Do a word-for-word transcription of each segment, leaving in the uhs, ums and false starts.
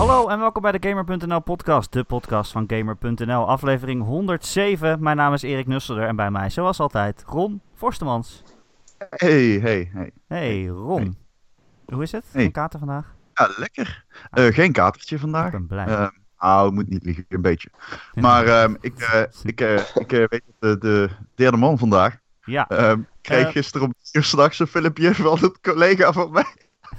Hallo en welkom bij de Gamer punt n l podcast, de podcast van Gamer punt n l, aflevering honderdzeven. Mijn naam is Erik Nusselder en bij mij, zoals altijd, Ron Forstemans. Hey, hey, hey. Hey Ron, hey. Hoe is het? Hey. Geen kater vandaag? Ja, lekker. Uh, geen katertje vandaag. Ik ben blij. Uh, nou, ik moet niet liegen, een beetje. Maar uh, ik, uh, ik, uh, ik uh, weet dat de, de derde man vandaag. Ja. Uh, kreeg uh, gisteren om uur s'nachts een filmpje van een collega van mij.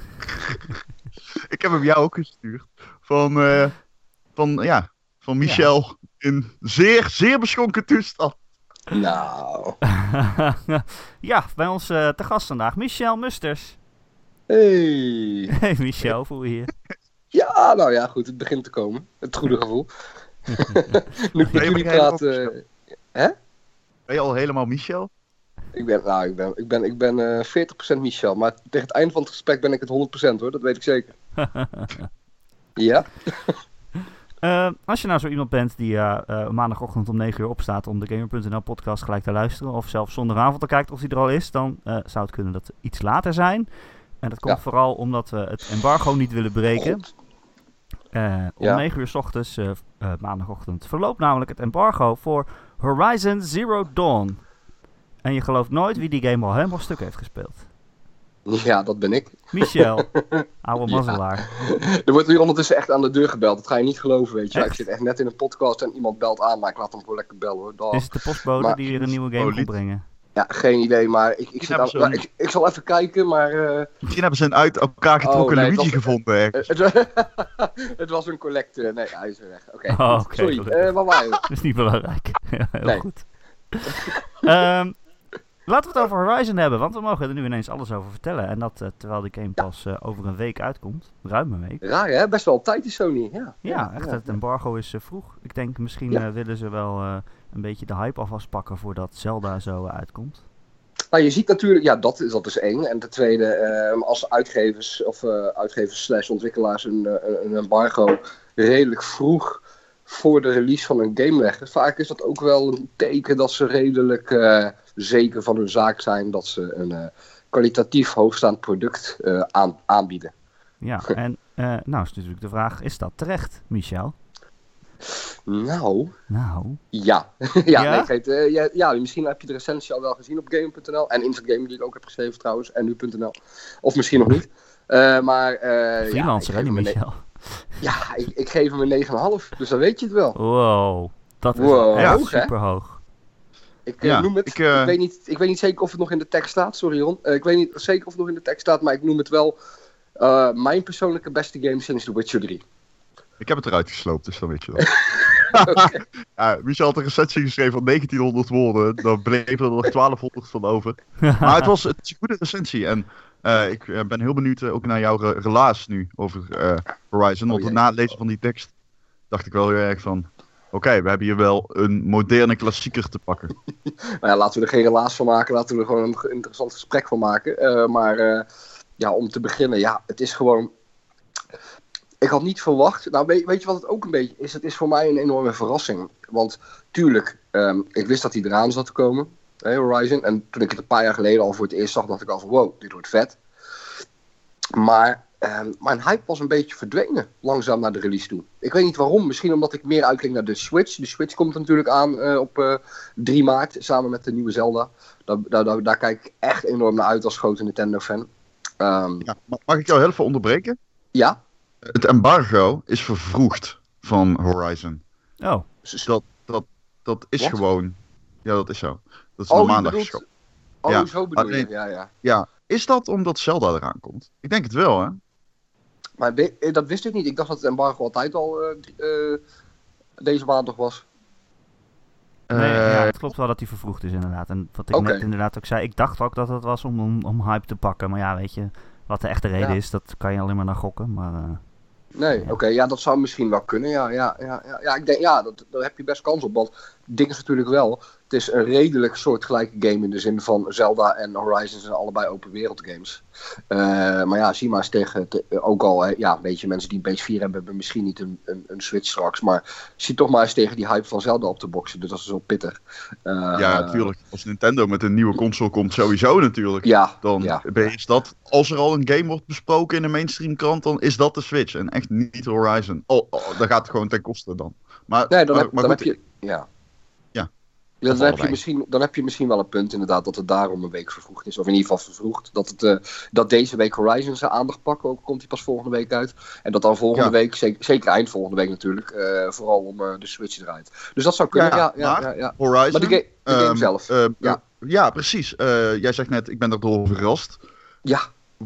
Ik heb hem jou ook gestuurd. Van, uh, van, ja, van Michel ja. in zeer, zeer beschonken toestand. Nou. Ja, bij ons uh, te gast vandaag, Michel Musters. Hey. Hey Michel, voel je je? Ja, nou ja, goed, het begint te komen. Het goede gevoel. Nu ik jullie praten... Hè? Ben je al helemaal Michel? Ik ben, nou, ik ben, ik ben, ik ben uh, veertig procent Michel, maar tegen het einde van het gesprek ben ik het honderd procent hoor, dat weet ik zeker. Ja? Uh, als je nou zo iemand bent die uh, uh, maandagochtend om negen uur opstaat om de Gamer punt n l podcast gelijk te luisteren, of zelfs zondagavond te kijken of die er al is, dan uh, zou het kunnen dat we iets later zijn. En dat komt ja. vooral omdat we het embargo niet willen breken. Uh, om ja. negen uur 's ochtends, uh, uh, maandagochtend, verloopt namelijk het embargo voor Horizon Zero Dawn. En je gelooft nooit wie die game al helemaal stuk heeft gespeeld. Ja, dat ben ik. Michel, oude mazzelaar. Ja. Er wordt hier ondertussen echt aan de deur gebeld. Dat ga je niet geloven, weet je. Ja, ik zit echt net in een podcast en iemand belt aan, maar ik laat hem gewoon lekker bellen hoor. Dag. Is het de postbode maar, die weer een nieuwe game komt brengen? Ja, geen idee, maar ik, ik, zit aan, nou, ik, ik zal even kijken, maar... Uh... Misschien hebben ze een uit elkaar getrokken oh, nee, Luigi was, gevonden ergens. Het, het was een collector. Nee, hij is er weg. Oké, okay, oh, okay, sorry. Uh, waar waren we? Dat is niet belangrijk. Ja, heel nee. goed. um, Laten we het over Horizon hebben, want we mogen er nu ineens alles over vertellen. En dat uh, terwijl die game pas uh, over een week uitkomt. Ruim een week. Raar hè? Best wel op tijd is Sony. Ja, ja, ja echt. Ja. Het embargo is uh, vroeg. Ik denk misschien ja. uh, willen ze wel uh, een beetje de hype alvast pakken voordat Zelda zo uh, uitkomt. Nou, je ziet natuurlijk, ja, dat is, dat is één. En ten tweede, uh, als uitgevers of uh, uitgevers slash ontwikkelaars een, uh, een embargo redelijk vroeg voor de release van een game leggen. Vaak is dat ook wel een teken dat ze redelijk uh, zeker van hun zaak zijn. Dat ze een uh, kwalitatief hoogstaand product uh, aan, aanbieden. Ja, en uh, nou is natuurlijk de vraag, is dat terecht, Michel? Nou... Nou... Ja. ja, ja? Nee, weet, uh, ja, ja, misschien heb je de recensie al wel gezien op Gamer punt n l. En Insert Gamer die ik ook heb geschreven trouwens. En nu punt n l. Of misschien nog niet. Uh, maar... Uh, Freelancer, ja, hè, die Michel? Ja, ik, ik geef hem een negen komma vijf, dus dan weet je het wel. Wow, dat is wow, echt hoog, super hoog. Ik uh, ja, noem het, ik, uh... ik, weet niet, ik weet niet zeker of het nog in de tekst staat, sorry Ron. Uh, ik weet niet zeker of het nog in de tekst staat, maar ik noem het wel uh, mijn persoonlijke beste game sinds The Witcher drie. Ik heb het eruit gesloopt, dus dan weet je dat. Okay. Ja, Michel had een recensie geschreven van negentienhonderd woorden, dan bleven er nog twaalfhonderd van over. Maar het was, het is een goede recensie en... Uh, ik uh, ben heel benieuwd uh, ook naar jouw re- relaas nu over uh, Horizon. Want oh, na het lezen van die tekst dacht ik wel heel erg van... Oké, okay, we hebben hier wel een moderne klassieker te pakken. Nou ja, laten we er geen relaas van maken. Laten we er gewoon een interessant gesprek van maken. Uh, maar uh, ja, om te beginnen, ja, het is gewoon... Ik had niet verwacht... Nou, weet, weet je wat het ook een beetje is? Het is voor mij een enorme verrassing. Want tuurlijk, um, ik wist dat hij eraan zat te komen... Hey, Horizon. En toen ik het een paar jaar geleden al voor het eerst zag, dacht ik al van wow, dit wordt vet. Maar um, mijn hype was een beetje verdwenen, langzaam naar de release toe. Ik weet niet waarom, misschien omdat ik meer uitkijk naar de Switch. De Switch komt natuurlijk aan uh, op uh, drie maart, samen met de nieuwe Zelda. Daar, daar, daar, daar kijk ik echt enorm naar uit als grote Nintendo-fan. Um, ja, mag ik jou heel even onderbreken? Ja? Het embargo is vervroegd van Horizon. Oh. Dat, dat, dat is What? gewoon... Ja, dat is zo. Dat is oh, een maandagshow. Oh, ja. zo bedoel je, ja, ja. Ja, is dat omdat Zelda eraan komt? Ik denk het wel, hè? Maar dat wist ik niet. Ik dacht dat het embargo altijd al uh, uh, deze maand nog was. Nee, uh, ja, het klopt wel dat hij vervroegd is inderdaad. En wat ik okay. net inderdaad ook zei, ik dacht ook dat het was om, om, om hype te pakken. Maar ja, weet je, wat de echte reden ja. is, dat kan je alleen maar naar gokken. Maar, uh, nee, ja. oké, okay, ja, dat zou misschien wel kunnen. Ja, ja, ja, ja. ja ik denk, ja, dat, daar heb je best kans op. Want het ding is natuurlijk wel, Het is een redelijk soortgelijke game in de zin van Zelda en Horizon zijn allebei open wereld games. Uh, maar ja, zie maar eens tegen, te, ook al, hè, ja, een beetje mensen die een P S vier hebben, hebben misschien niet een, een, een Switch straks. Maar zie toch maar eens tegen die hype van Zelda op te boksen. Dus dat is wel pittig. Uh, ja, natuurlijk. Als Nintendo met een nieuwe console komt, sowieso natuurlijk. Ja, dan ja. is dat, als er al een game wordt besproken in een mainstream krant, dan is dat de Switch. En echt niet Horizon. Oh, oh dan gaat het gewoon ten koste dan. Maar, nee, dan, maar, heb, maar dan goed, heb je... Ja. Ja. Ja, dan, heb je misschien, dan heb je misschien wel een punt inderdaad dat het daarom een week vervroegd is. Of in ieder geval vervroegd. Dat, het, uh, dat deze week Horizon zijn aandacht pakken. Ook komt hij pas volgende week uit. En dat dan volgende ja. week, zeker, zeker eind volgende week natuurlijk. Uh, vooral om uh, de Switch draait. Dus dat zou kunnen. Ja, ja, ja, maar, ja, ja. Horizon, maar de, ga- de game um, zelf. Uh, ja. ja, precies. Uh, jij zegt net, ik ben erdoor verrast. Ja.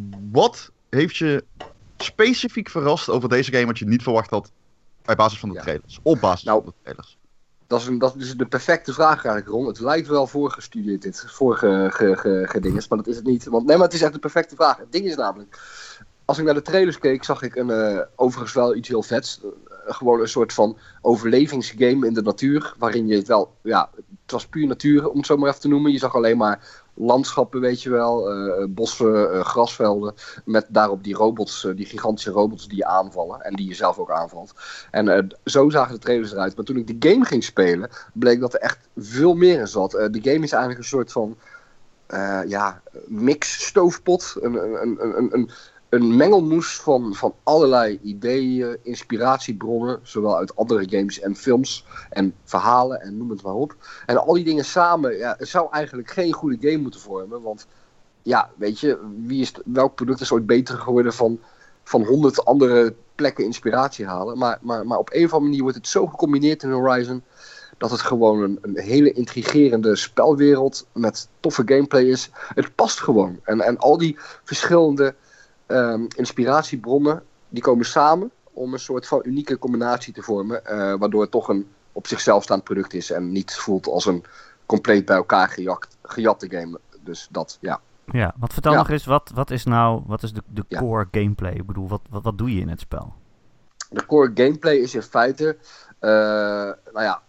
Wat heeft je specifiek verrast over deze game wat je niet verwacht had bij basis van de ja. trailers? Op basis nou, van de trailers. Dat is, een, dat is de perfecte vraag eigenlijk, Ron. Het lijkt wel voorgestudeerd dit, voorgedinges, maar dat is het niet. Want, nee, maar het is echt de perfecte vraag. Het ding is namelijk, als ik naar de trailers keek, zag ik een, uh, overigens wel iets heel vets. Uh, gewoon een soort van overlevingsgame in de natuur, waarin je het wel, ja, het was puur natuur, om het zo maar even te noemen. Je zag alleen maar landschappen, weet je wel, uh, bossen, uh, grasvelden, met daarop die robots, uh, die gigantische robots die je aanvallen en die je zelf ook aanvalt. En uh, zo zagen de trailers eruit. Maar toen ik de game ging spelen, bleek dat er echt veel meer in zat. Uh, de game is eigenlijk een soort van, uh, ja, mix stoofpot, een, een, een, een, een Een mengelmoes van, van allerlei ideeën, inspiratiebronnen, zowel uit andere games en films en verhalen en noem het maar op. En al die dingen samen, ja, het zou eigenlijk geen goede game moeten vormen, want ja, weet je, wie is, welk product is ooit beter geworden van, van honderd andere plekken inspiratie halen. Maar, maar, maar op een of andere manier wordt het zo gecombineerd in Horizon, dat het gewoon een, een hele intrigerende spelwereld met toffe gameplay is. Het past gewoon. En, en al die verschillende Um, inspiratiebronnen, die komen samen om een soort van unieke combinatie te vormen, uh, waardoor het toch een op zichzelf staand product is en niet voelt als een compleet bij elkaar gejakt, gejatte game. Dus dat, ja. Ja, wat vertel ja. nog eens, wat, wat is nou, wat is de, de ja. core gameplay? Ik bedoel, wat, wat, wat doe je in het spel? De core gameplay is in feite, uh, nou ja,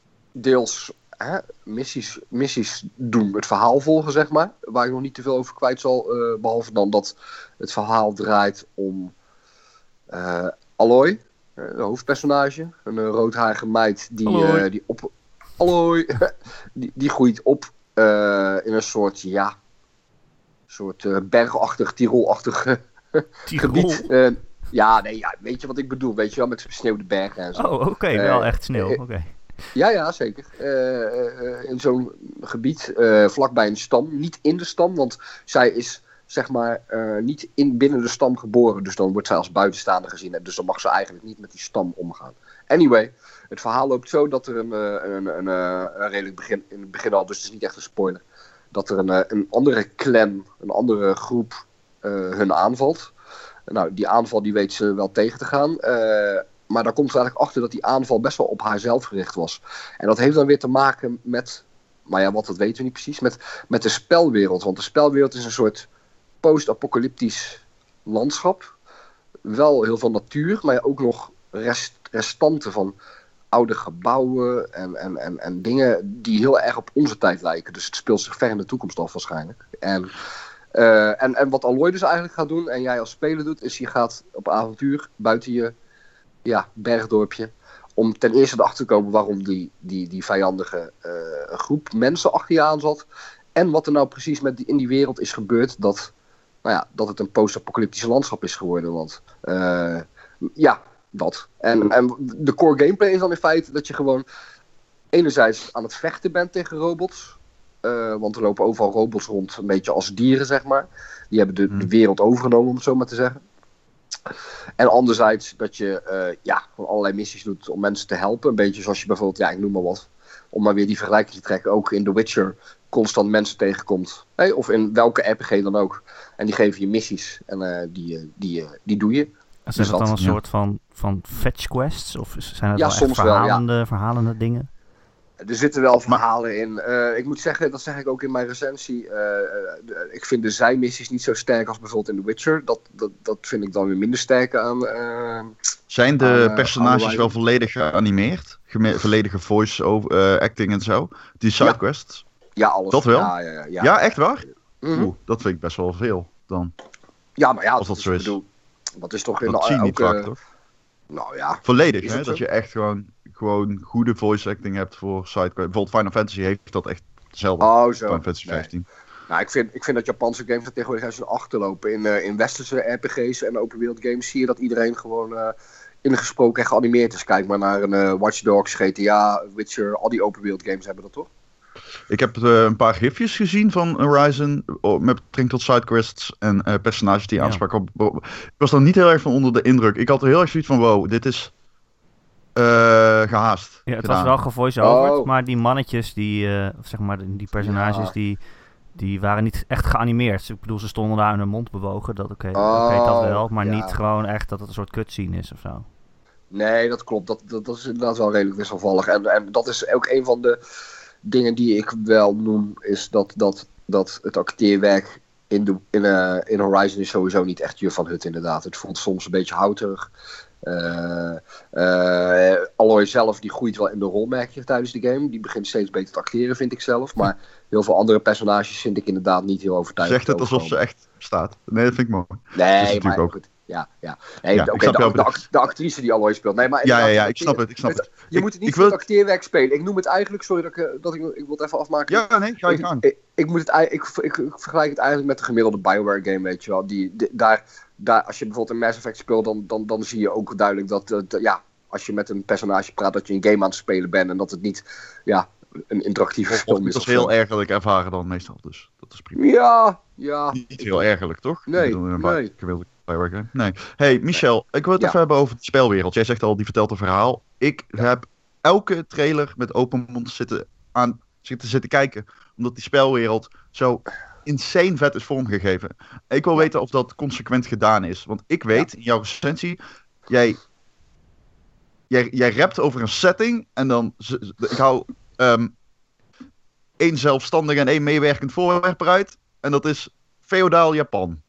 deels hè, missies, missies doen, het verhaal volgen, zeg maar. Waar ik nog niet te veel over kwijt zal, uh, behalve dan dat het verhaal draait om uh, Aloy, de hoofdpersonage. Een uh, roodharige meid die, uh, die op... Aloy! die, die groeit op uh, in een soort, ja... soort uh, bergachtig, Tirolachtig gebied. Uh, ja, nee, ja, weet je wat ik bedoel? Weet je wel, met besneeuwde bergen en zo. Oh, oké, okay, uh, wel echt sneeuw, oké. Okay. Ja, ja, zeker. Uh, uh, in zo'n gebied, uh, vlakbij een stam. Niet in de stam, want zij is, zeg maar, uh, niet in, binnen de stam geboren. Dus dan wordt zij als buitenstaander gezien. En dus dan mag ze eigenlijk niet met die stam omgaan. Anyway, het verhaal loopt zo dat er een, uh, een, een, uh, een redelijk begin, in het begin al, dus het is niet echt een spoiler, dat er een, uh, een andere clan, een andere groep uh, hun aanvalt. Nou, die aanval die weet ze wel tegen te gaan. Uh, Maar daar komt ze eigenlijk achter dat die aanval best wel op haarzelf gericht was. En dat heeft dan weer te maken met, maar ja, wat dat weten we niet precies, met, met de spelwereld. Want de spelwereld is een soort post-apocalyptisch landschap. Wel heel veel natuur, maar ook nog rest, restanten van oude gebouwen en, en, en, en dingen die heel erg op onze tijd lijken. Dus het speelt zich ver in de toekomst af waarschijnlijk. En, uh, en, en wat Aloy dus eigenlijk gaat doen, en jij als speler doet, is je gaat op avontuur buiten je ja, bergdorpje. Om ten eerste erachter te komen waarom die, die, die vijandige uh, groep mensen achter je aan zat. En wat er nou precies met die, in die wereld is gebeurd. Dat, nou ja, dat het een post-apocalyptische landschap is geworden. Want uh, ja, dat. En, en de core gameplay is dan in feite dat je gewoon enerzijds aan het vechten bent tegen robots. Uh, want er lopen overal robots rond, een beetje als dieren, zeg maar. Die hebben de, de wereld overgenomen, om het zo maar te zeggen. En anderzijds dat je uh, ja, gewoon allerlei missies doet om mensen te helpen. Een beetje zoals je bijvoorbeeld, ja, ik noem maar wat. Om maar weer die vergelijking te trekken. Ook in The Witcher constant mensen tegenkomt. Hey, of in welke R P G dan ook. En die geven je missies. En uh, die, die, uh, die doe je. En zijn dus het dan een ja. soort van, van fetch quests? Of zijn het ja, wel soms echt verhalende, wel, ja. verhalende dingen? Er zitten wel verhalen in. Uh, ik moet zeggen, dat zeg ik ook in mijn recensie. Uh, uh, ik vind de zijmissies niet zo sterk als bijvoorbeeld in The Witcher. Dat, dat, dat vind ik dan weer minder sterk aan. Uh, Zijn de aan, personages uh, wel volledig geanimeerd? geme- volledige voice over, uh, acting en zo. Die sidequests. Ja, alles. Dat wel? Ja, ja, ja, ja. Ja, echt waar? Mm-hmm. Oeh, dat vind ik best wel veel dan. Ja, maar ja, als dat zo is. Bedoel, dat is toch in Dat zie je niet elke... vaak, toch? Nou ja. Volledig, hè? Dat, dat je echt gewoon, gewoon goede voice acting hebt voor sidequests. Bijvoorbeeld Final Fantasy heeft dat echt hetzelfde. Oh, zo. Final Fantasy vijftien. Nee. Nou, ik vind, ik vind dat Japanse games er tegenwoordig eens achterlopen. In, uh, in westerse R P G's en open wereld games zie je dat iedereen gewoon uh, ingesproken en geanimeerd is. Kijk maar naar een uh, Watch Dogs, G T A, Witcher, al die open wereld games hebben dat toch? Ik heb uh, een paar gifjes gezien van Horizon oh, met betrekking tot sidequests en uh, personages die je Ja. aansprak. Op, op, ik was er niet heel erg van onder de indruk. Ik had er heel erg zoiets van, wow, dit is uh, gehaast Ja, het gedaan. was wel gevoice-overd, Oh. maar die mannetjes, die, uh, of zeg maar, die personages, Ja. die, die waren niet echt geanimeerd. Ik bedoel, ze stonden daar in hun mond bewogen, dat oké, okay, Oh, okay, dat wel, maar ja. niet gewoon echt dat het een soort cutscene is of zo. Nee, dat klopt. Dat, dat, dat is inderdaad wel redelijk wisselvallig. En, en dat is ook een van de dingen die ik wel noem, is dat, dat, dat het acteerwerk in, de, in, uh, in Horizon is sowieso niet echt Juf van Hut inderdaad. Het voelt soms een beetje houterig. Uh, uh, Aloy zelf, die groeit wel in de rol, merk je, tijdens de game. Die begint steeds beter te acteren, vind ik zelf. Maar heel veel andere personages vind ik inderdaad niet heel overtuigend. Zegt het alsof ze echt bestaat. Nee, dat vind ik mooi. Nee, is maar ook. goed. Ja, ja. Nee, Ja, oké, ik snap de, jouw de, act- de actrice die Aloy speelt. Nee, maar Ja, ja, inderdaad, ja, ik snap het, ik snap het. Je Ik- moet het niet ik voor wil- het acteerwerk spelen. Ik noem het eigenlijk, sorry dat ik, uh, dat ik, ik wil het even afmaken. Ja, nee, ga je ik, gang. ik, ik, moet het, ei- ik, ik, ik vergelijk het eigenlijk met de gemiddelde Bioware game, weet je wel. Die, die- daar, daar, als je bijvoorbeeld een Mass Effect speelt, dan, dan, dan zie je ook duidelijk dat, uh, de- ja, als je met een personage praat, dat je een game aan het spelen bent en dat het niet, ja, een interactieve Of film het is. was of heel zo. ergerlijk ervaren dan meestal, dus dat is prima. Ja, ja. Niet heel ergerlijk, toch? Nee, Ik bedoel, in een nee. gewilde Bioware game. Nee. Hey, Michel, ik wil het Ja. even hebben over de spelwereld. Jij zegt al, die vertelt een verhaal. Ik heb elke trailer met open mond zitten, aan, zitten, zitten kijken, omdat die spelwereld zo insane vet is vormgegeven. Ik wil Ja. weten of dat consequent gedaan is. Want ik weet, in jouw recensie, jij, jij, jij rapt over een setting en dan, z- z- ik hou um, één zelfstandig en één meewerkend voorwerp eruit. En dat is feodaal Japan.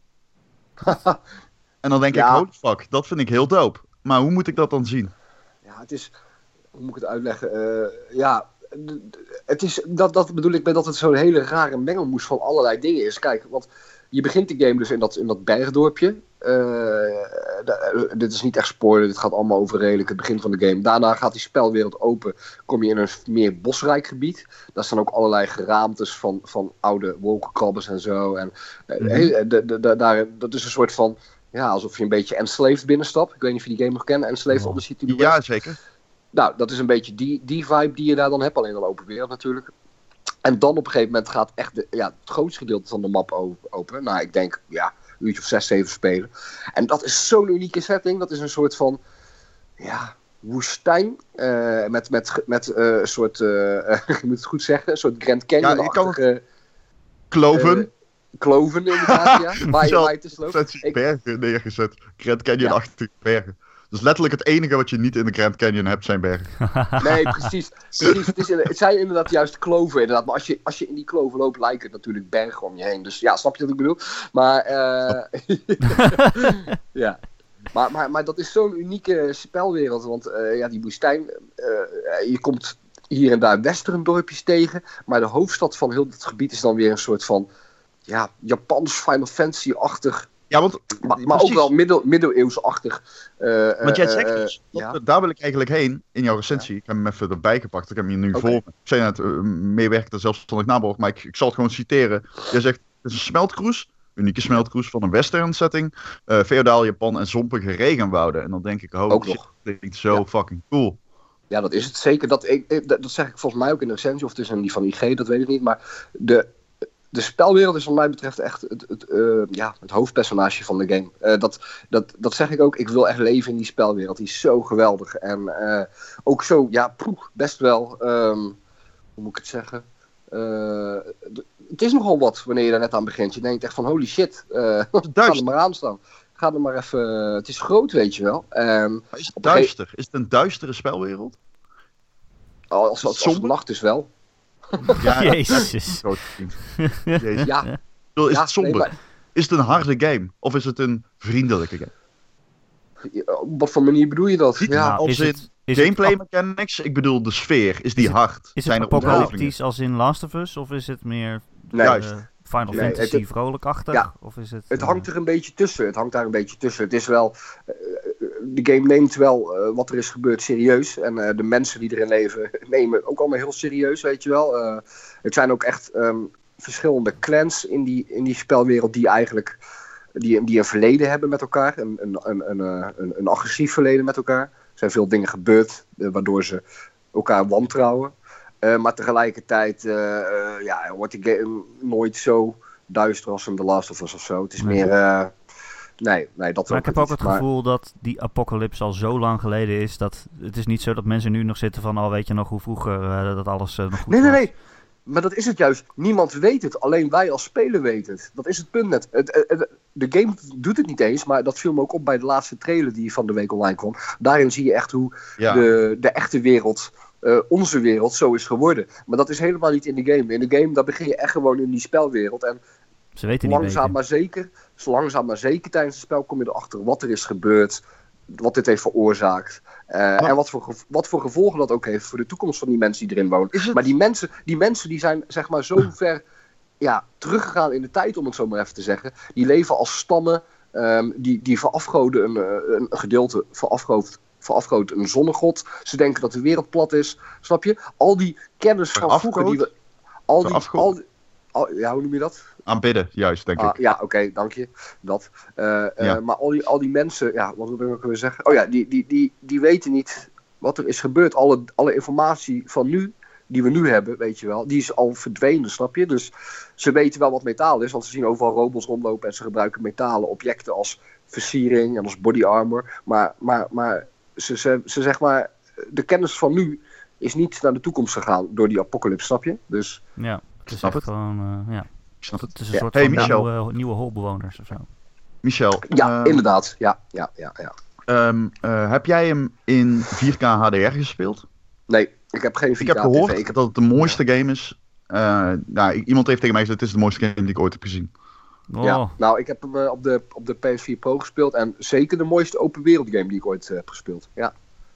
En dan denk Ja. ik, holy fuck, dat vind ik heel dope. Maar hoe moet ik dat dan zien? Ja, het is. Hoe moet ik het uitleggen? Uh, ja, d- d- het is. Dat, dat bedoel ik met dat het zo'n hele rare mengelmoes van allerlei dingen is. Kijk, want je begint de game dus in dat, in dat bergdorpje. Uh, d- dit is niet echt spoiler, dit gaat allemaal over redelijk het begin van de game. Daarna gaat die spelwereld open. Kom je in een meer bosrijk gebied. Daar staan ook allerlei geraamtes van, van oude wolkenkrabbers en zo. En uh, Mhm. he- de, de, de, daar, dat is een soort van. Ja, alsof je een beetje Enslaved binnenstapt. Ik weet niet of je die game nog kent. Enslaved Oh. on the City to the Ja, West. zeker. Nou, dat is een beetje die, die vibe die je daar dan hebt. Alleen dan open wereld natuurlijk. En dan op een gegeven moment gaat echt de, ja, het grootste gedeelte van de map o- open. Nou, ik denk, ja, een uurtje of zes, zeven spelen. En dat is zo'n unieke setting. Dat is een soort van, ja, woestijn. Uh, met met, met uh, een soort, uh, je moet het goed zeggen, een soort Grand Canyon-achtige Kloven. uh, kloven inderdaad, ja. Waar je, waar je tussen loopt. Zet je Ik- bergen neergezet. Grand Canyon-achtige bergen. Dus letterlijk het enige wat je niet in de Grand Canyon hebt zijn bergen. Nee, precies. precies. Het, is, het zijn inderdaad juist kloven, inderdaad. Maar als je, als je in die kloven loopt, lijkt het natuurlijk bergen om je heen. Dus ja, snap je wat ik bedoel? Maar, eh ja. Maar, maar, maar dat is zo'n unieke spelwereld. Want uh, ja, die woestijn, uh, je komt hier en daar western dorpjes tegen. Maar de hoofdstad van heel het gebied is dan weer een soort van, ja, Japans Final Fantasy-achtig. Ja, want, Maar, maar ook wel middel, middeleeuwsachtig. Uh, want jij uh, zegt uh, dus, dat- ja. daar wil ik eigenlijk heen in jouw recensie. Ik heb hem even erbij gepakt. Ik heb hem hier nu Oké. voor me. Ik zei net, uh, meewerkend zelfstandig naborg, maar ik, ik zal het gewoon citeren. Jij zegt, het is een smeltcruise, unieke smeltcruise van een western setting, uh, feodaal Japan en zompige regenwouden. En dan denk ik, oh, Ook shit, nog. dat klinkt zo Ja. fucking cool. Ja, dat is het zeker. Dat, ik, ik- dat, dat zeg ik volgens mij ook in de recensie, of het is een die van I G, dat weet ik niet. Maar de, de spelwereld is wat mij betreft echt het, het, uh, ja, het hoofdpersonage van de game. Uh, dat, dat, dat zeg ik ook. Ik wil echt leven in die spelwereld. Die is zo geweldig. En uh, ook zo, ja, poeh, best wel, um, hoe moet ik het zeggen? Uh, d- het is nogal wat wanneer je daar net aan begint. Je denkt echt van holy shit, uh, ga er maar aan staan. Ga er maar even, uh, het is groot, weet je wel. Um, Maar is het Op een duister? Is het een duistere spelwereld? als, als, als het Somber? nacht is wel. Ja, Jezus. groot vriend. Jezus. Ja, Ik bedoel, Is ja, het somber? nee, maar- Is het een harde game? Of is het een vriendelijke game? op wat voor manier bedoel je dat? Niet Ja, Nou, als is in het- Is gameplay het, mechanics, ik bedoel de sfeer, is die Is het- hard? is Zijn het er ontwikkelingen? apocalyptisch als in Last of Us? Of is het meer Nee. eh, Juist. Final Nee, Fantasy het- vrolijkachtig? ja. Of is het, Het eh, hangt er een beetje tussen. Het hangt daar een beetje tussen. Het is wel. eh, de game neemt wel eh, wat er is gebeurd serieus. En eh, de mensen die erin leven nemen ook allemaal heel serieus, weet je wel. Eh, het zijn ook echt ehm, verschillende clans in die, in die spelwereld die eigenlijk. Die, die een verleden hebben met elkaar. Een, een, een, een, eh, een, een agressief verleden met elkaar. Er zijn veel dingen gebeurd eh, waardoor ze elkaar wantrouwen. Uh, maar tegelijkertijd uh, uh, ja, wordt die game nooit zo duister als in The Last of Us of zo. Het is Nee. meer... Uh, nee, nee, dat Maar ook ik heb niet. ook het Maar- gevoel dat die apocalypse al zo lang geleden is. Dat het is niet zo dat mensen nu nog zitten van... Oh, weet je nog hoe vroeger uh, dat alles uh, nog goed Nee, nee, was. nee. Maar dat is het juist. Niemand weet het. Alleen wij als speler weten het. Dat is het punt net. Het, het, het- de game doet het niet eens. Maar dat viel me ook op bij de laatste trailer die van de week online kwam. Daarin zie je echt hoe Ja. de, de echte wereld... Uh, onze wereld zo is geworden. Maar dat is helemaal niet in de game. In de game, daar begin je echt gewoon in die spelwereld. En Ze weten niet langzaam beter. maar zeker, zo langzaam maar zeker tijdens het spel kom je erachter wat er is gebeurd. Wat dit heeft veroorzaakt. Uh, en wat voor, gev- wat voor gevolgen dat ook heeft voor de toekomst van die mensen die erin wonen. Is het- Maar die mensen, die mensen die zijn zeg maar zo ver ja, teruggegaan in de tijd, om het zo maar even te zeggen. Die leven als stammen. Um, die, die verafgoden een, uh, een gedeelte verafgoden. verafgoot een zonnegod. Ze denken dat de wereld plat is. Snap je? Al die kennis van Verafgoot? vroeger die we... Al die, Verafgoot? al die, al, ja, hoe noem je dat? Aanbidden, juist, denk Ah, ik. ja, oké, dank je. Dat. Uh, uh, Ja. Maar al die, al die mensen, ja, wat wil ik weer zeggen? Oh ja, die, die, die, die weten niet wat er is gebeurd. Alle, alle informatie van nu, die we nu hebben, weet je wel, die is al verdwenen, snap je? Dus ze weten wel wat metaal is, want ze zien overal robots rondlopen en ze gebruiken metalen objecten als versiering en als body armor. Maar, maar, maar ze, ze, ze zeg maar, de kennis van nu is niet naar de toekomst gegaan door die apocalypse, snap je? Dus Ja, het is Snap echt het. gewoon... Uh, ja. Ik snap het. Het is een Ja. soort Hey, van Michel. nieuwe, nieuwe holbewoners of zo. Michel, ja, eh, inderdaad. Ja, ja, ja, ja. ehm, eh, heb jij hem in vier K H D R gespeeld? Nee, ik heb geen vier K Ik heb gehoord T V. Ik heb... dat het de mooiste game is. Uh, nou, i- iemand heeft tegen mij gezegd, het is de mooiste game die ik ooit heb gezien. Oh, Ja, nou, ik heb hem uh, op, de, op de P S vier Pro gespeeld en zeker de mooiste open wereld game die ik ooit uh, heb gespeeld. Ja.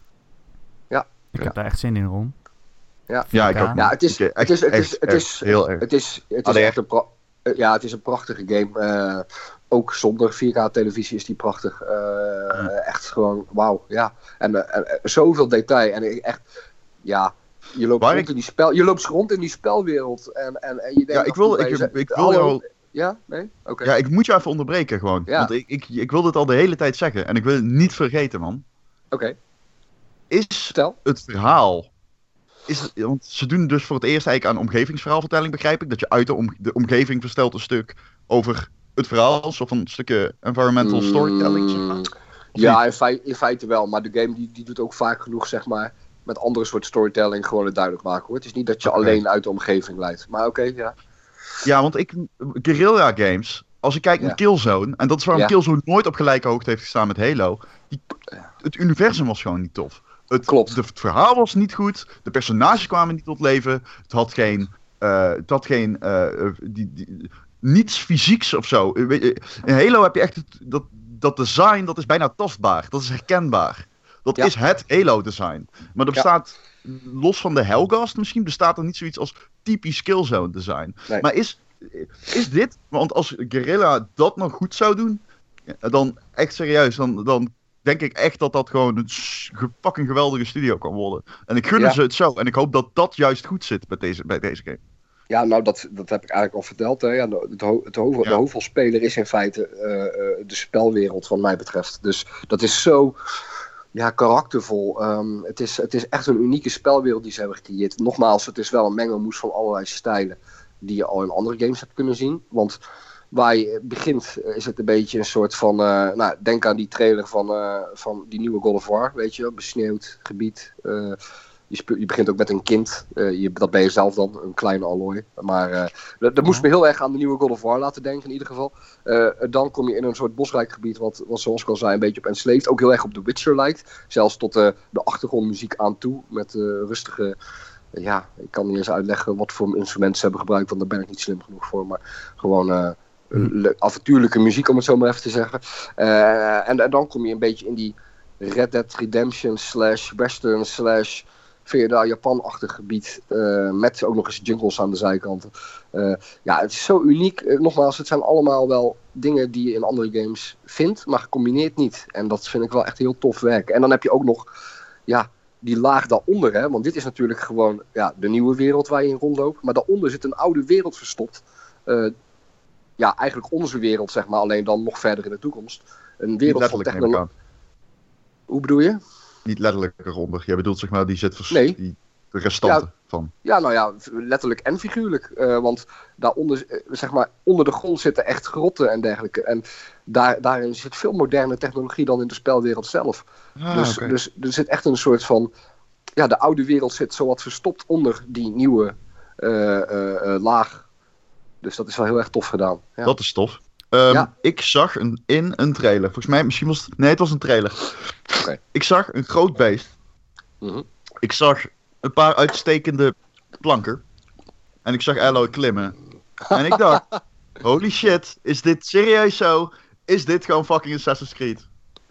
ik Ja. heb daar echt zin in, Ron. Ja. Ja, ik Ja. ook. Ja, het is, Oké, het is, het is, echt, het echt, is, heel erg. het is, het Ah, is nee, echt een pra- uh, ja, het is een prachtige game. Uh, ook zonder vier K televisie is die prachtig. Uh, Ja. Echt gewoon, wauw, ja. En, uh, en uh, zoveel detail en echt, ja. Je loopt, Waar rond ik- in die spel, je loopt rond in die spelwereld en, en, en je denkt... Ja, ik af en wil, toe bij ik, jezelf, ik wil hallo, jou... Ja? Nee? Oké. Ja, ik moet jou even onderbreken gewoon. Ja. Want ik, ik, ik wil dit al de hele tijd zeggen. En ik wil het niet vergeten, man. Oké, Is vertel. het verhaal... Is het, want ze doen dus voor het eerst eigenlijk aan omgevingsverhaalvertelling, begrijp ik. Dat je uit de, om, de omgeving vertelt een stuk over het verhaal. Een soort van stukje environmental storytelling, zeg maar. Mm, Of Ja, niet? in feite, in feite wel. Maar de game die, die doet ook vaak genoeg, zeg maar, met andere soort storytelling gewoon het duidelijk maken, hoor. Het is niet dat je Oké. alleen uit de omgeving leidt. Maar oké, ja. Ja, want ik... Guerrilla games... Als ik kijk Ja. naar Killzone... En dat is waarom Ja. Killzone nooit op gelijke hoogte heeft gestaan met Halo. Die, het universum was gewoon niet tof. Het, Klopt. de- het verhaal was niet goed. De personages kwamen niet tot leven. Het had geen... eh, het had geen... eh, die, die, niets fysieks of zo. Eh, weet je, in Halo heb je echt... Het, dat, dat design, dat is bijna tastbaar. Dat is herkenbaar. Dat Ja. is het Halo-design. Maar er Ja. bestaat... Los van de Hellgast misschien... bestaat er niet zoiets als typisch Killzone-design. Nee. Maar is... Is dit... Want als Guerrilla dat nog goed zou doen... ja, dan echt serieus... Dan, dan denk ik echt dat dat gewoon een s- ge- fucking geweldige studio kan worden. En ik gun Ja. ze het zo. En ik hoop dat dat juist goed zit bij deze, bij deze game. Ja, nou, dat, dat heb ik eigenlijk al verteld. Hè. Ja, de, het ho- het hoofd- Ja. de hoofdrolspeler is in feite eh, eh, de spelwereld, wat mij betreft. Dus dat is zo ja, karaktervol. Ehm, het, is, het is echt een unieke spelwereld die ze hebben gecreëerd. Nogmaals, het is wel een mengelmoes van allerlei stijlen die je al in andere games hebt kunnen zien. Want waar je begint eh, is het een beetje een soort van... eh, nou, denk aan die trailer van, eh, van die nieuwe God of War, weet je wel. Besneeuwd gebied. eh, Je, spe- je begint ook met een kind. Eh, je, dat ben je zelf dan, een kleine Aloy. Maar eh, dat, dat moest me heel erg aan de nieuwe God of War laten denken, in ieder geval. Eh, dan kom je in een soort bosrijk gebied, wat, wat zoals ik al zei, een beetje op Enslaved. Ook heel erg op The Witcher lijkt. Zelfs tot eh, de achtergrondmuziek aan toe. Met eh, rustige... ja, ik kan niet eens uitleggen wat voor instrumenten ze hebben gebruikt, want daar ben ik niet slim genoeg voor. Maar gewoon... eh, een le- avontuurlijke muziek, om het zo maar even te zeggen. Eh, en, en dan kom je een beetje in die, Red Dead Redemption slash Western slash feodaal Japan-achtig gebied. Uh, met ook nog eens jungles aan de zijkanten. Uh, ja, het is zo uniek. Uh, nogmaals, het zijn allemaal wel dingen die je in andere games vindt, maar gecombineerd niet. En dat vind ik wel echt heel tof werk. En dan heb je ook nog ja, die laag daaronder. Hè? Want dit is natuurlijk gewoon ja, de nieuwe wereld waar je in rondloopt. Maar daaronder zit een oude wereld verstopt. Uh, ja, eigenlijk onze wereld, zeg maar. Alleen dan nog verder in de toekomst. Een wereld van technologie. Hoe bedoel je? Niet letterlijk eronder. Jij bedoelt zeg maar, die zit vers- nee. die de restanten ja, van. Ja, nou ja, letterlijk en figuurlijk. Uh, want daaronder, uh, zeg maar, onder de grond zitten echt grotten en dergelijke. En daar, daarin zit veel moderne technologie dan in de spelwereld zelf. Ah, dus, okay. dus er zit echt een soort van... Ja, de oude wereld zit zowat verstopt onder die nieuwe uh, uh, uh, laag. Dus dat is wel heel erg tof gedaan. Ja. Dat is tof. Um, ja. Ik zag een, in een trailer. Volgens mij, misschien was het... Nee, het was een trailer. Okay. Ik zag een groot beest. Mm-hmm. Ik zag een paar uitstekende planken. En ik zag Aloy klimmen. En ik dacht, holy shit, is dit serieus zo? Is dit gewoon fucking Assassin's Creed?